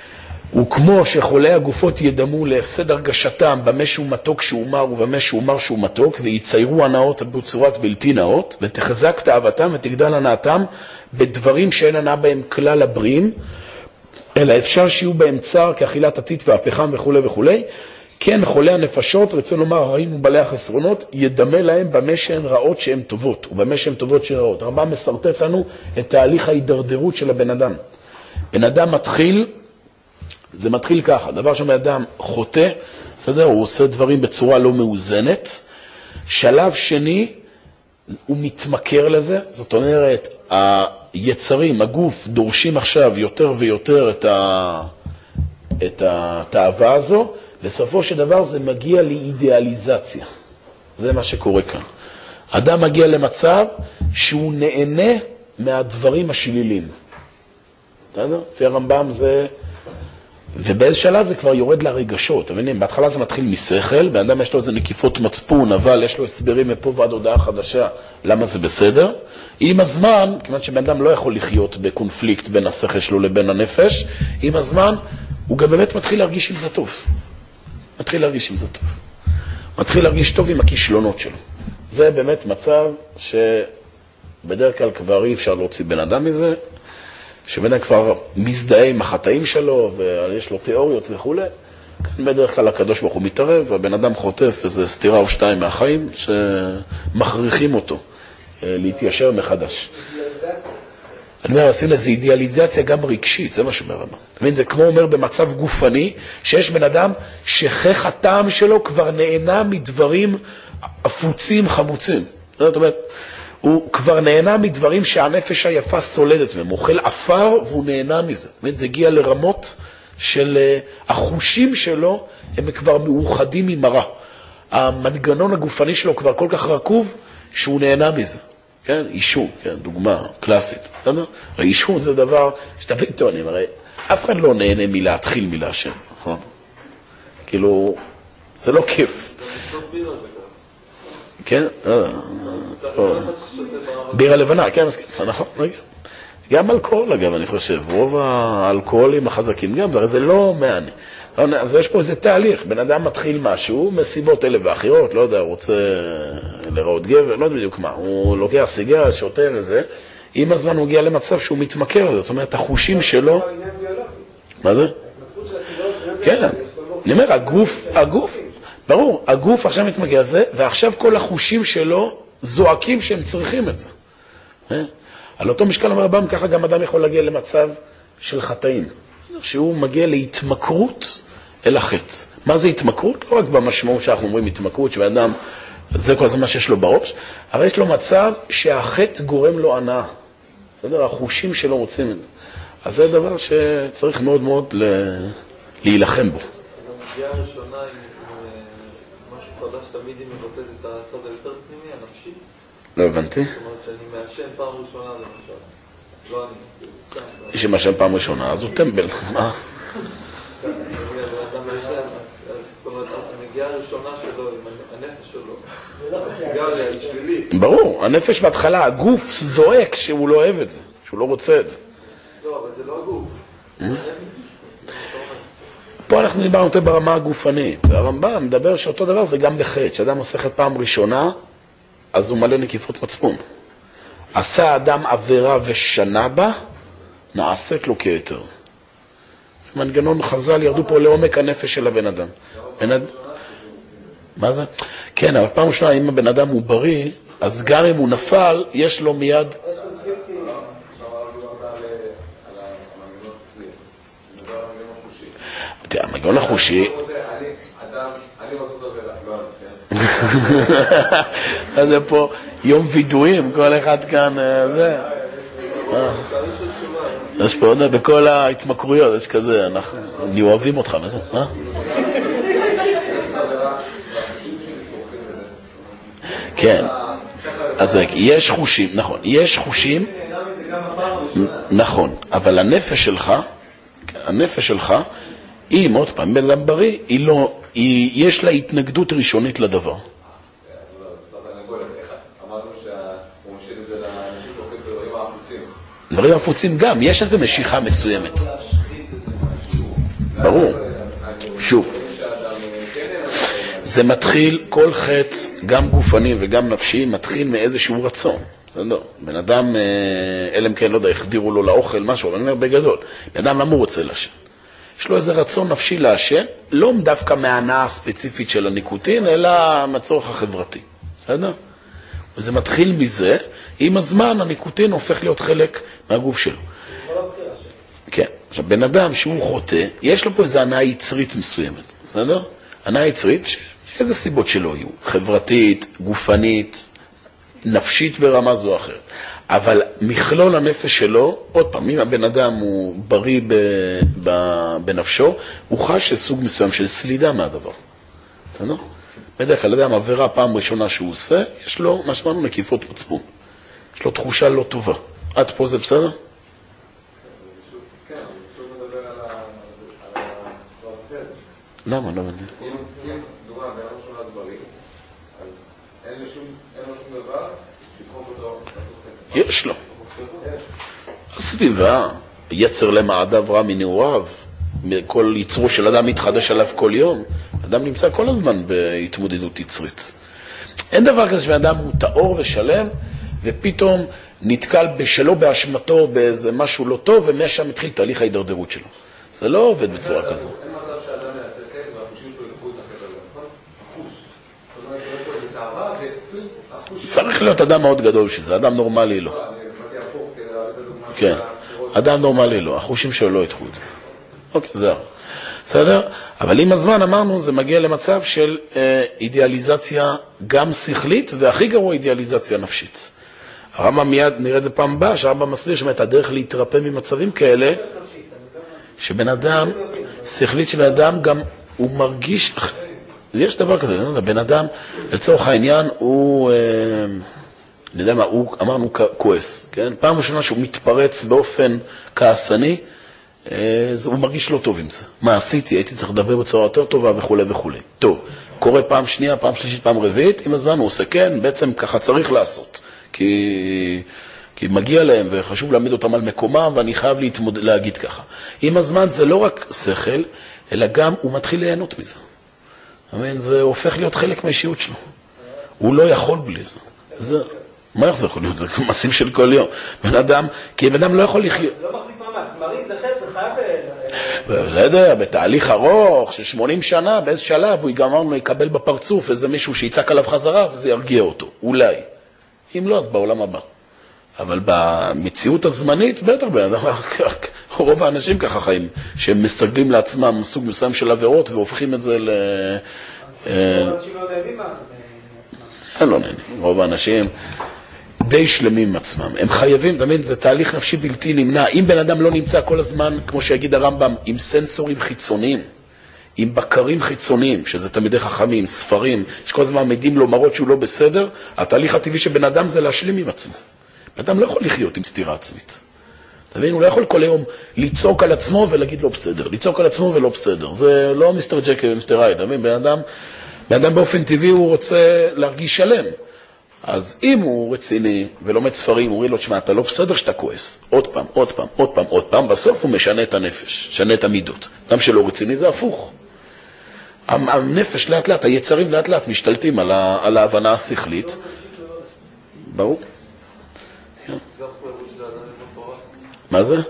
וכמו שחולי הגופות ידמו להפסד הרגשתם במה שהוא מתוק שהוא מר ובמה שהוא מר שהוא מתוק, ויציירו הנאות בצורת בלתי נאות, ותחזק תאוותם ותגדל הנאתם בדברים שאין הנאה בהם כלל הבריאים, אלא אפשר שיהיו בהם צער כאכילת עתית והפחם וכו' וכו'. כן, חולי הנפשות, רצון לומר, הרעים ובעלי החסרונות, ידמה להם במה שהן רעות שהן טובות, ובמה שהן טובות שהן רעות. הרמב"ם מסרטט לנו את תהליך ההידרדרות של הבן אדם. בן אדם מתחיל, זה מתחיל ככה, דבר שבן אדם חוטא, בסדר? הוא עושה דברים בצורה לא מאוזנת. שלב שני, הוא מתמכר לזה, זאת אומרת, היצרים, הגוף, דורשים עכשיו יותר ויותר את, ה... את התאווה הזו, בסופו של דבר זה מגיע לאידיאליזציה. זה מה שקורה כאן. אדם מגיע למצב שהוא נהנה מהדברים השליליים. בסדר? לפי הרמב"ם זה... ובאיזה שלב זה כבר יורד לרגשות. אתם מבינים, בהתחלה זה מתחיל משכל, באדם יש לו איזה נקיפות מצפון, אבל יש לו הסברים מפה ועד הודעה חדשה, למה זה בסדר. עם הזמן, כמעט שבן אדם לא יכול לחיות בקונפליקט בין השכל שלו לבין הנפש, עם הזמן הוא גם באמת מתחיל להרגיש עם זה טוב. מתחיל להרגיש עם זה טוב. מתחיל להרגיש טוב עם הכישלונות שלו. זה באמת מצב שבדרך כלל כבר אי אפשר להוציא בן אדם מזה, שבן אדם כבר מזדהה עם החטאים שלו, ויש לו תיאוריות וכו'. כאן בדרך כלל הקדוש ברוך הוא מתערב, והבן אדם חוטף איזו סתירה או שתיים מהחיים, שמכריחים אותו להתיישר מחדש. אני אומר, עושים לזה אידיאליזציה גם רגשית, זה מה שאומר רמב"ם. זה כמו אומר במצב גופני, שיש בן אדם שכח הטעם שלו כבר נהנה מדברים אפוצים, חמוצים. זאת אומרת, הוא כבר נהנה מדברים שהנפש היפה סולדת מהם, הוא אוכל אפר והוא נהנה מזה. זה הגיע לרמות של החושים שלו, הם כבר מאוחדים עם הרע. המנגנון הגופני שלו כבר כל כך רקוב, שהוא נהנה מזה. כן, אישון, כן, דוגמה קלאסית. אישון זה דבר שתמיד טוענים, הרי אף אחד לא נהנה מלהתחיל מלהשם, נכון? כאילו, זה לא כיף. כן? בירה לבנה, כן, נכון, רגע. גם אלכוהול, אגב, אני חושב, רוב האלכוהולים החזקים גם, זה לא מענה. אז יש פה איזה תהליך, בן אדם מתחיל משהו, מסיבות אלה ואחרות, לא יודע, הוא רוצה לראות גבר, לא יודע בדיוק מה, הוא לוקח סיגר, שוטר איזה, עם הזמן הוא הגיע למצב שהוא מתמכר לזה, זאת אומרת, החושים שלו... מה זה? כן, אני אומר, הגוף, הגוף, ברור, הגוף עכשיו מתמכר לזה, ועכשיו כל החושים שלו זועקים שהם צריכים את זה. על אותו משקל אומר רמב"ם, ככה גם אדם יכול להגיע למצב של חטאים. שהוא מגיע להתמכרות אל החטא. מה זה התמכרות? לא רק במשמעות שאנחנו אומרים התמכרות, שבאדם, זה כל הזמן שיש לו בראש, אבל יש לו מצב שהחטא גורם לו הנאה. בסדר? החושים שלו רוצים את זה. אז זה דבר שצריך מאוד מאוד להילחם בו. המגיעה הראשונה עם משהו חדש, תמיד היא מבטאת את הצד היותר פנימי, הנפשי. לא הבנתי. זאת אומרת שאני מעשן פעם ראשונה למשל. לא אני. מי שמשם פעם ראשונה, אז הוא טמבל. מה? זאת אומרת, המגיעה הראשונה שלו, עם הנפש שלו, הסיגריה היא שלילית. ברור, הנפש בהתחלה, הגוף זועק שהוא לא אוהב את זה, שהוא לא רוצה את זה. לא, אבל זה לא הגוף. פה אנחנו דיברנו יותר ברמה הגופנית. הרמב"ם מדבר שאותו דבר זה גם בחטא, שאדם עושה חטא פעם ראשונה, אז הוא מלא נקיפות מצפון. עשה אדם עבירה ושנה בה, נעשית לו כיתר. זה מנגנון חז"ל, ירדו פה לעומק הנפש של הבן אדם. בן... מה זה? כן, אבל פעם ראשונה, אם הבן אדם הוא בריא, אז גם אם הוא נפל, יש לו מיד... תראה, המנגנון החושי... אז זה פה יום וידועים, כל אחד כאן, זה... יש פה עוד בכל ההתמכרויות, יש כזה, אנחנו אוהבים אותך, וזה, מה? כן, אז יש חושים, נכון, יש חושים, נכון, אבל הנפש שלך, הנפש שלך, אם עוד פעם, בן אדם בריא, היא לא, יש לה התנגדות ראשונית לדבר. דברים הפוצים גם, יש איזו משיכה מסוימת. ברור. שוב. זה מתחיל, כל חץ, גם גופני וגם נפשי, מתחיל מאיזשהו רצון. בסדר? בן אדם, אלא אם כן, לא יודע, החדירו לו לאוכל, משהו, אבל אני אומר בגדול. בן אדם, למה הוא רוצה לעשן? יש לו איזה רצון נפשי לעשן, לא דווקא מההנאה הספציפית של הניקוטין, אלא מהצורך החברתי. בסדר? וזה מתחיל מזה, עם הזמן הניקוטין הופך להיות חלק מהגוף שלו. כן. עכשיו, בן אדם שהוא חוטא, יש לו פה איזו הנאה יצרית מסוימת. בסדר? הנאה יצרית, איזה סיבות שלא יהיו? חברתית, גופנית, נפשית ברמה זו או אחרת. אבל מכלול הנפש שלו, עוד פעם, אם הבן אדם הוא בריא ב, ב, בנפשו, הוא חש סוג מסוים של סלידה מהדבר. בסדר? בדרך כלל, אדם, עבירה פעם ראשונה שהוא עושה, יש לו, מה שאמרנו, נקיפות מצפון. יש לו תחושה לא טובה. עד פה זה בסדר? כן, שוב מדבר על הפרט. למה? לא מבין. אם דוגמה, בן אדם שונה דברים, אז אין לו שום דבר, לדחוף אותו. יש לו. הסביבה, יצר למעדיו רע מנעוריו, כל יצרו של אדם מתחדש עליו כל יום, אדם נמצא כל הזמן בהתמודדות יצרית. אין דבר כזה שבן אדם הוא טהור ושלם, ופתאום נתקל בשלו באשמתו באיזה משהו לא טוב, ומשם מתחיל תהליך ההידרדרות שלו. זה לא עובד בצורה כזו. אין מצב שאדם יעשה קט והחושים שלו ילכו את הקט הזה, נכון? החוש. זאת אומרת שיש פה איזה תאווה, והחוש... צריך להיות אדם מאוד גדול שזה, אדם נורמלי לא. אני באתי הפוך כדי להביא את הדוגמה כן, אדם נורמלי לא, החושים שלו לא יתחו את זה. אוקיי, זהו. בסדר? אבל עם הזמן אמרנו, זה מגיע למצב של אה, אידיאליזציה גם שכלית, והכי גרוע אידיאליזציה נפשית. הרמב"ם מיד, נראה את זה פעם הבאה, שהרמב"ם מסביר שבאמת הדרך להתרפא ממצבים כאלה, שבן אדם, שכלית שבן אדם גם, הוא מרגיש, יש דבר כזה, בן אדם, לצורך העניין, הוא, אה, אני יודע מה, הוא, אמרנו כועס, כן? פעם ראשונה שהוא מתפרץ באופן כעסני, הוא מרגיש לא טוב עם זה. מה עשיתי? הייתי צריך לדבר בצורה יותר טובה וכו' וכו'. טוב, קורה פעם שנייה, פעם שלישית, פעם רביעית, עם הזמן הוא עושה כן, בעצם ככה צריך לעשות. כי, כי מגיע להם וחשוב להעמיד אותם על מקומם, ואני חייב להתמוד... להגיד ככה. עם הזמן זה לא רק שכל, אלא גם הוא מתחיל ליהנות מזה. אמן? זה הופך להיות חלק מהאישיות שלו. הוא לא יכול בלי זה. זה... מה איך זה יכול להיות? זה מעשים של כל יום. בן אדם, כי בן אדם לא יכול לחיות. לא מחזיק מעמד, מרים זה חץ, זה חייב... בסדר, בתהליך ארוך של שמונים שנה, באיזה שלב הוא גמרנו יקבל בפרצוף איזה מישהו שיצק עליו חזרה וזה ירגיע אותו, אולי. אם לא, אז בעולם הבא. אבל במציאות הזמנית, בטח בן אדם, רוב האנשים ככה חיים, שהם מסגלים לעצמם סוג מסוים של עבירות והופכים את זה ל... אנשים לא נהנים מה? הם לא נהנים, רוב האנשים... די שלמים עם עצמם. הם חייבים, תמיד זה תהליך נפשי בלתי נמנע. אם בן אדם לא נמצא כל הזמן, כמו שיגיד הרמב"ם, עם סנסורים חיצוניים, עם בקרים חיצוניים, שזה תלמידי חכמים, ספרים, שכל הזמן מעידים לו מראות שהוא לא בסדר, התהליך הטבעי של בן אדם זה להשלים עם עצמו. בן אדם לא יכול לחיות עם סתירה עצמית. אתה מבין? הוא לא יכול כל היום לצעוק על עצמו ולהגיד לא בסדר. לצעוק על עצמו ולא בסדר. זה לא מיסטר ג'קי ומיסטר הייד. אתה מבין? בן אדם, בן אדם באופן טבעי הוא רוצה להרגיש שלם. אז אם הוא רציני ולומד ספרים, הוא אומר לו, תשמע, אתה לא בסדר שאתה כועס. עוד פעם, עוד פעם, עוד פעם, עוד פעם. בסוף הוא משנה את הנפש, משנה את המידות. אדם שלא רציני זה הפוך. הנפש לאט לאט, היצרים לאט לאט משתלטים על, ה, על ההבנה השכלית. ברור. מה זה?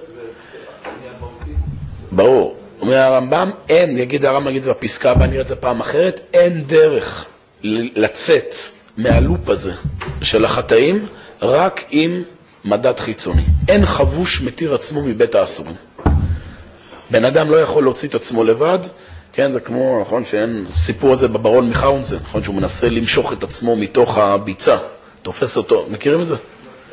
ברור. אומר הרמב"ם, אין, יגיד הרמב"ם, יגיד בפסקה הבאה, נראה את זה פעם אחרת, אין דרך לצאת מהלופ הזה של החטאים, רק עם מדד חיצוני. אין חבוש מתיר עצמו מבית האסורים. בן אדם לא יכול להוציא את עצמו לבד, כן, זה כמו, נכון, שאין סיפור הזה בברון מיכאונזן, נכון, שהוא מנסה למשוך את עצמו מתוך הביצה, תופס אותו, מכירים את זה?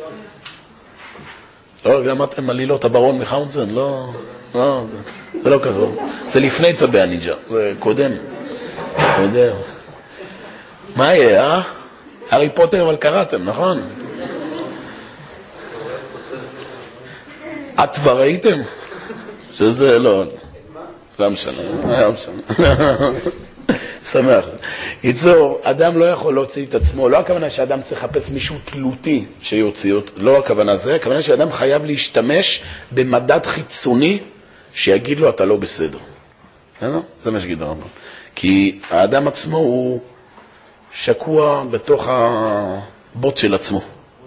לא, למדתם עלילות הברון מיכאונזן, לא, לא, זה, זה לא כזו, זה לפני צבי הנינג'ה, זה קודם, קודם. מה יהיה, אה? הארי פוטר אבל קראתם, נכון? את כבר ראיתם? שזה לא, לא משנה, לא משנה. שמח. ייצור, אדם לא יכול להוציא את עצמו, לא הכוונה שאדם צריך לחפש מישהו תלותי שיוציא אותו, לא הכוונה זה, הכוונה שאדם חייב להשתמש במדד חיצוני שיגיד לו אתה לא בסדר. זה מה שגיד הרמב"ם. כי האדם עצמו הוא שקוע בתוך הבוט של עצמו.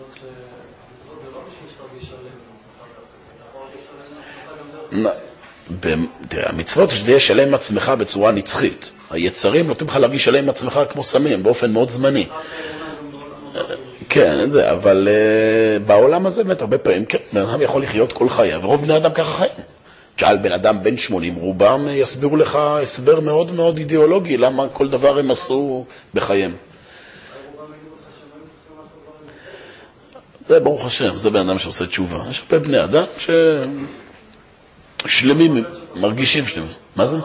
תראה, המצוות שתהיה שלם עם עצמך בצורה נצחית. היצרים נותנים לך להרגיש שלם עם עצמך כמו סמים, באופן מאוד זמני. כן, זה, אבל בעולם הזה באמת הרבה פעמים, כן, בן אדם יכול לחיות כל חייו, ורוב בני אדם ככה חיים. תשאל בן אדם בן שמונים, רובם יסבירו לך הסבר מאוד מאוד אידיאולוגי, למה כל דבר הם עשו בחייהם. זה ברוך השם, זה בן אדם שעושה תשובה. יש הרבה בני אדם ששלמים, מרגישים שלמים. מה זה?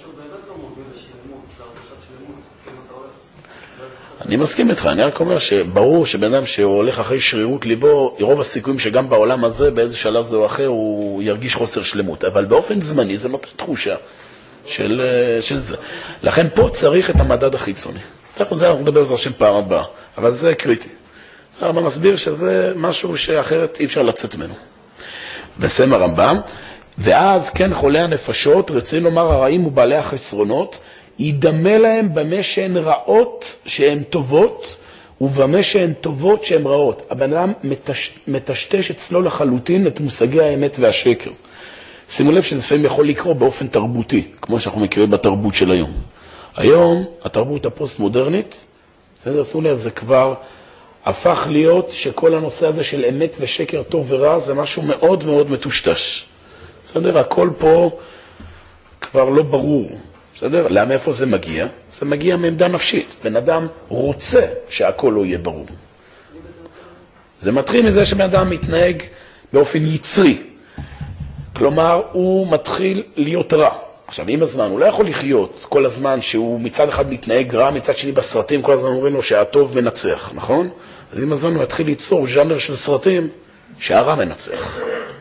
אני מסכים איתך, אני רק אומר שברור שבן אדם שהולך אחרי שרירות ליבו, רוב הסיכויים שגם בעולם הזה, באיזה שלב זה או אחר, הוא ירגיש חוסר שלמות. אבל באופן זמני זה נותן תחושה של, של זה. לכן פה צריך את המדד החיצוני. זה אנחנו נדבר על זה של פעם הבאה, אבל זה קריטי. אבל נסביר שזה משהו שאחרת אי אפשר לצאת ממנו. בסם הרמב"ם, ואז כן חולי הנפשות, רצינו לומר הרעים ובעלי החסרונות, ידמה להם במה שהן רעות שהן טובות, ובמה שהן טובות שהן רעות. הבן אדם מטש, מטשטש אצלו לחלוטין את מושגי האמת והשקר. שימו לב שזה לפעמים יכול לקרוא באופן תרבותי, כמו שאנחנו מכירים בתרבות של היום. היום, התרבות הפוסט-מודרנית, שימו לב, זה כבר הפך להיות שכל הנושא הזה של אמת ושקר טוב ורע, זה משהו מאוד מאוד מטושטש. בסדר? הכל פה כבר לא ברור. בסדר? למה איפה זה מגיע? זה מגיע מעמדה נפשית. בן אדם רוצה שהכל לא יהיה ברור. זה מתחיל מזה שבן אדם מתנהג באופן יצרי. כלומר, הוא מתחיל להיות רע. עכשיו, עם הזמן, הוא לא יכול לחיות כל הזמן שהוא מצד אחד מתנהג רע, מצד שני בסרטים כל הזמן אומרים לו שהטוב מנצח, נכון? אז עם הזמן הוא יתחיל ליצור ז'אנר של סרטים שהרע מנצח.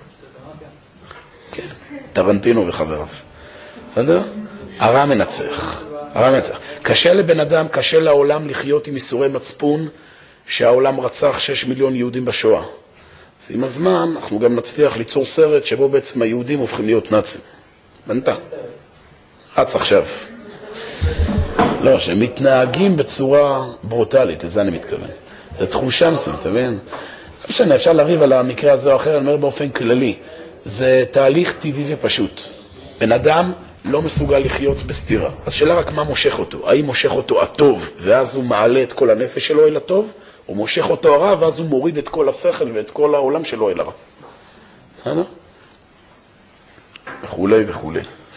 כן, טרנטינו וחבריו. בסדר? הרע מנצח. הרע מנצח. קשה לבן אדם, קשה לעולם לחיות עם איסורי מצפון שהעולם רצח שש מיליון יהודים בשואה. אז עם הזמן אנחנו גם נצליח ליצור סרט שבו בעצם היהודים הופכים להיות נאצים. בנתה. רץ עכשיו. לא, שהם מתנהגים בצורה ברוטלית, לזה אני מתכוון. זה תחושה מסוים, אתה מבין? לא משנה, אפשר לריב על המקרה הזה או אחר, אני אומר באופן כללי. זה תהליך טבעי ופשוט. בן אדם לא מסוגל לחיות בסתירה. אז שאלה רק מה מושך אותו. האם מושך אותו הטוב, ואז הוא מעלה את כל הנפש שלו אל הטוב, או מושך אותו הרע, ואז הוא מוריד את כל השכל ואת כל העולם שלו אל הרע. בסדר? וכולי וכולי.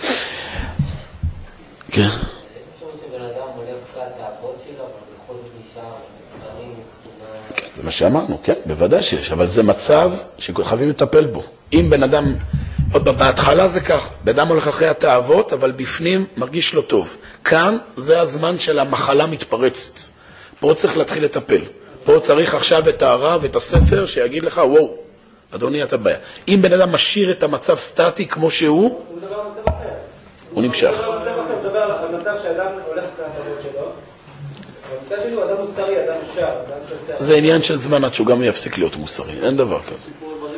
כן. יש אפשרות שבן אדם הולך אחרי התאוות שלו, אבל בכל זאת נשאר סדרים. כן, זה מה שאמרנו, כן, בוודאי שיש, אבל זה מצב שחייבים לטפל בו. אם בן אדם, עוד בהתחלה זה כך, בן אדם הולך אחרי התאוות, אבל בפנים מרגיש לו טוב. כאן זה הזמן של המחלה מתפרצת. פה צריך להתחיל לטפל. פה צריך עכשיו את הרע ואת הספר שיגיד לך, וואו, אדוני, אתה בעיה. אם בן אדם משאיר את המצב סטטי כמו שהוא, הוא מדבר על מצב אחר. הוא נמשך. הוא מדבר על מצב שהאדם הולך את ההתאבות שלו, אבל מצד שני הוא אדם מוסרי, אדם שר, אדם שעושה... זה עניין של זמן עד שהוא גם יפסיק להיות מוסרי, אין דבר כזה.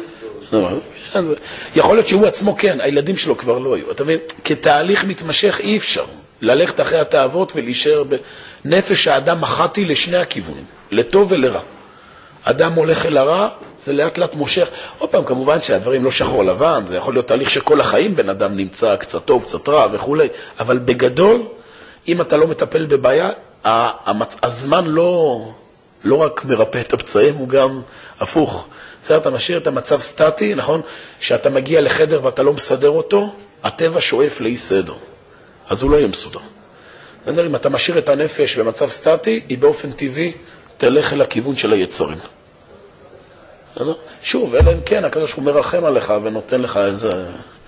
יכול להיות שהוא עצמו כן, הילדים שלו כבר לא היו. אתה מבין, כתהליך מתמשך אי אפשר ללכת אחרי התאוות ולהישאר בנפש האדם מחתי לשני הכיוונים, לטוב ולרע. אדם הולך אל הרע, זה לאט לאט מושך. עוד פעם, כמובן שהדברים לא שחור לבן, זה יכול להיות תהליך שכל החיים בן אדם נמצא קצת טוב, קצת רע וכו'. אבל בגדול, אם אתה לא מטפל בבעיה, הזמן לא, לא רק מרפא את הפצעים, הוא גם הפוך. בסדר, אתה משאיר את המצב סטטי, נכון? שאתה מגיע לחדר ואתה לא מסדר אותו, הטבע שואף לאי סדר. אז הוא לא יהיה מסודר. אם אתה משאיר את הנפש במצב סטטי, היא באופן טבעי תלך אל הכיוון של היצרים. שוב, אלא אם כן, הקדוש הוא מרחם עליך ונותן לך איזה...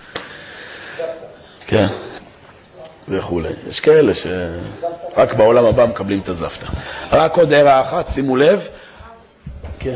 כן, וכו'. יש כאלה שרק בעולם הבא מקבלים את הזפתא. רק עוד הערה אחת, שימו לב. כן.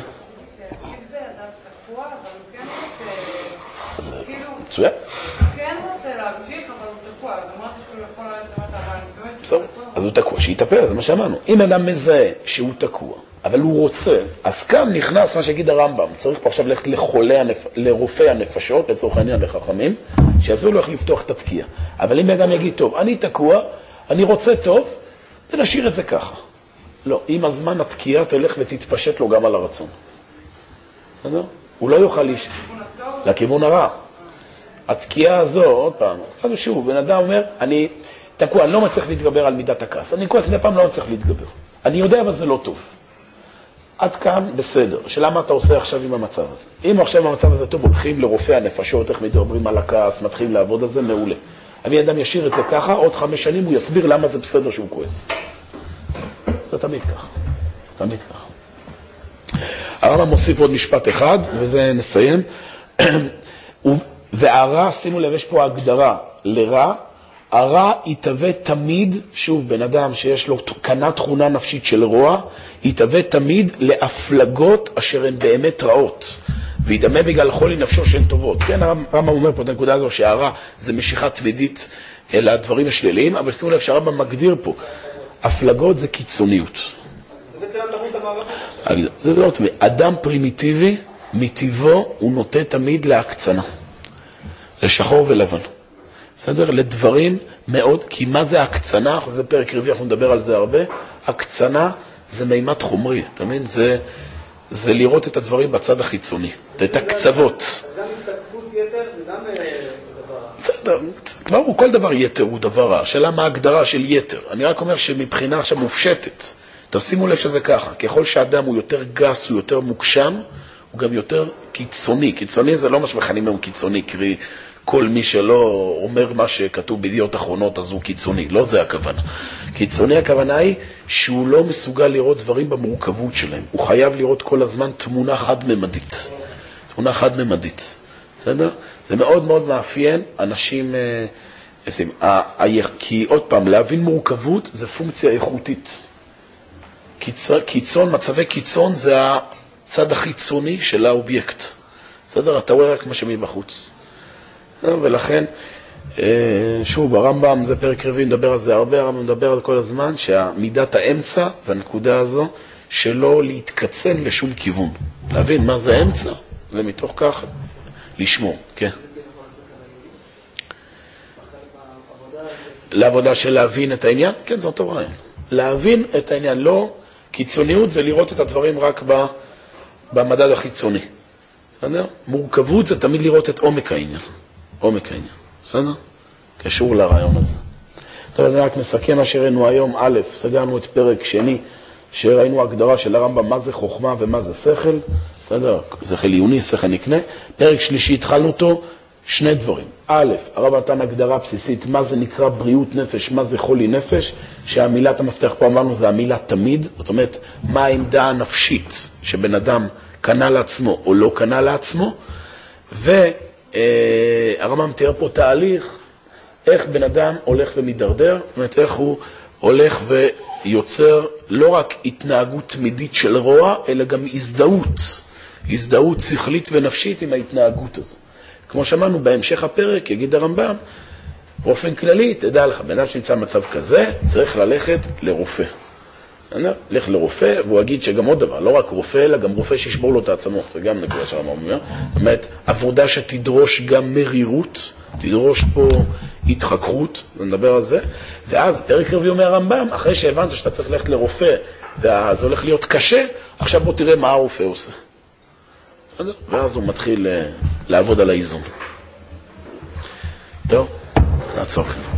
אז מצוין. כן רוצה להמשיך, אבל הוא תקוע. אז אמרתי שהוא יכול ללכת למטה. בסדר, אז הוא תקוע, שיטפל, זה מה שאמרנו. אם אדם מזהה שהוא תקוע, אבל הוא רוצה, אז כאן נכנס מה שיגיד הרמב"ם, צריך פה עכשיו ללכת לחולה, לרופא הנפשות, לצורך העניין לחכמים, שיעזרו לו איך לפתוח את התקיעה. אבל אם אדם יגיד, טוב, אני תקוע, אני רוצה טוב, ונשאיר את זה ככה. לא, עם הזמן התקיעה תלך ותתפשט לו גם על הרצון. בסדר? הוא לא יוכל להיש... לכיוון הרע. התקיעה הזו, עוד פעם, אז שוב, בן אדם אומר, אני תקוע, אני לא מצליח להתגבר על מידת הכעס. אני כועס, אני פעם לא מצליח להתגבר. אני יודע, אבל זה לא טוב. עד כאן בסדר. שאלה מה אתה עושה עכשיו עם המצב הזה? אם עכשיו עם המצב הזה טוב, הולכים לרופא הנפשות, איך מדברים על הכעס, מתחילים לעבוד על זה, מעולה. אבל אדם ישאיר את זה ככה, עוד חמש שנים הוא יסביר למה זה בסדר שהוא כועס. זה תמיד ככה. זה תמיד ככה. הרמב"ם מוסיף עוד משפט אחד, וזה נסיים. והרע, שימו לב, יש פה הגדרה לרע, הרע יתהווה תמיד, שוב, בן אדם שיש לו קנה תכונה נפשית של רוע, יתהווה תמיד להפלגות אשר הן באמת רעות, וידמה בגלל חולי נפשו שהן טובות. כן, הרמב"ם אומר פה את הנקודה הזו שהרע זה משיכה תמידית אל הדברים השליליים, אבל שימו לב שהרמב"ם מגדיר פה, הפלגות זה קיצוניות. זה לא תמיד. אדם פרימיטיבי, מטבעו, הוא נוטה תמיד להקצנה, לשחור ולבן. בסדר? לדברים מאוד, כי מה זה הקצנה? זה פרק רביעי, אנחנו נדבר על זה הרבה. הקצנה זה מימד חומרי, אתה מבין? זה, זה לראות את הדברים בצד החיצוני, את הקצוות. גם הסתקפות יתר, זה גם דבר. בסדר, ברור, כל דבר יתר הוא דבר רע. השאלה מה ההגדרה של יתר. אני רק אומר שמבחינה עכשיו מופשטת, תשימו לב שזה ככה, ככל שאדם הוא יותר גס, הוא יותר מוקשם, הוא גם יותר קיצוני. קיצוני זה לא מה שמכנים היום קיצוני, קרי כל מי שלא אומר מה שכתוב בידיעות אחרונות, אז הוא קיצוני. לא זה הכוונה. קיצוני הכוונה היא שהוא לא מסוגל לראות דברים במורכבות שלהם. הוא חייב לראות כל הזמן תמונה חד-ממדית. תמונה חד-ממדית. בסדר? זה מאוד מאוד מאפיין אנשים, כי עוד פעם, להבין מורכבות זה פונקציה איכותית. קיצון, קיצון, מצבי קיצון זה הצד החיצוני של האובייקט. בסדר? אתה רואה רק מה שמבחוץ. ולכן, שוב, הרמב"ם, זה פרק רביעי, נדבר על זה הרבה, הרמב"ם מדבר על כל הזמן, שהמידת האמצע, זה הנקודה הזו, שלא להתקצן לשום כיוון. להבין מה זה האמצע, ומתוך כך לשמור, כן. לעבודה של להבין את העניין? כן, זה אותו רעיון. להבין את העניין, לא קיצוניות, זה לראות את הדברים רק במדד החיצוני. בסדר? מורכבות זה תמיד לראות את עומק העניין. עומק העניין. בסדר? קשור לרעיון הזה. טוב, אז אני רק מסכם מה שראינו היום. א', סגרנו את פרק שני, שראינו הגדרה של הרמב"ם, מה זה חוכמה ומה זה שכל. בסדר? שכל עיוני, שכל נקנה. פרק שלישי, התחלנו אותו, שני דברים. א', הרמב"ם נתן הגדרה בסיסית, מה זה נקרא בריאות נפש, מה זה חולי נפש, שהמילת המפתח פה אמרנו זה המילה תמיד, זאת אומרת, מה העמדה הנפשית שבן אדם קנה לעצמו או לא קנה לעצמו, והרמב"ם מתאר פה תהליך, איך בן אדם הולך ומתדרדר, זאת אומרת, איך הוא הולך ויוצר לא רק התנהגות תמידית של רוע, אלא גם הזדהות, הזדהות שכלית ונפשית עם ההתנהגות הזו. כמו שאמרנו, בהמשך הפרק, יגיד הרמב"ם, באופן כללי, תדע לך, בן אדם שנמצא במצב כזה, צריך ללכת לרופא. לך לרופא, והוא יגיד שגם עוד דבר, לא רק רופא, אלא גם רופא שישבור לו את העצמות. זה גם נקודה שהרמב"ם אומר. זאת אומרת, עבודה שתדרוש גם מרירות, תדרוש פה התחככות, נדבר על זה. ואז, פרק רביעי אומר הרמב"ם, אחרי שהבנת שאתה צריך ללכת לרופא, וזה הולך להיות קשה, עכשיו בוא תראה מה הרופא עושה. ואז הוא מתחיל לעבוד על האיזון. טוב, נעצור כאן.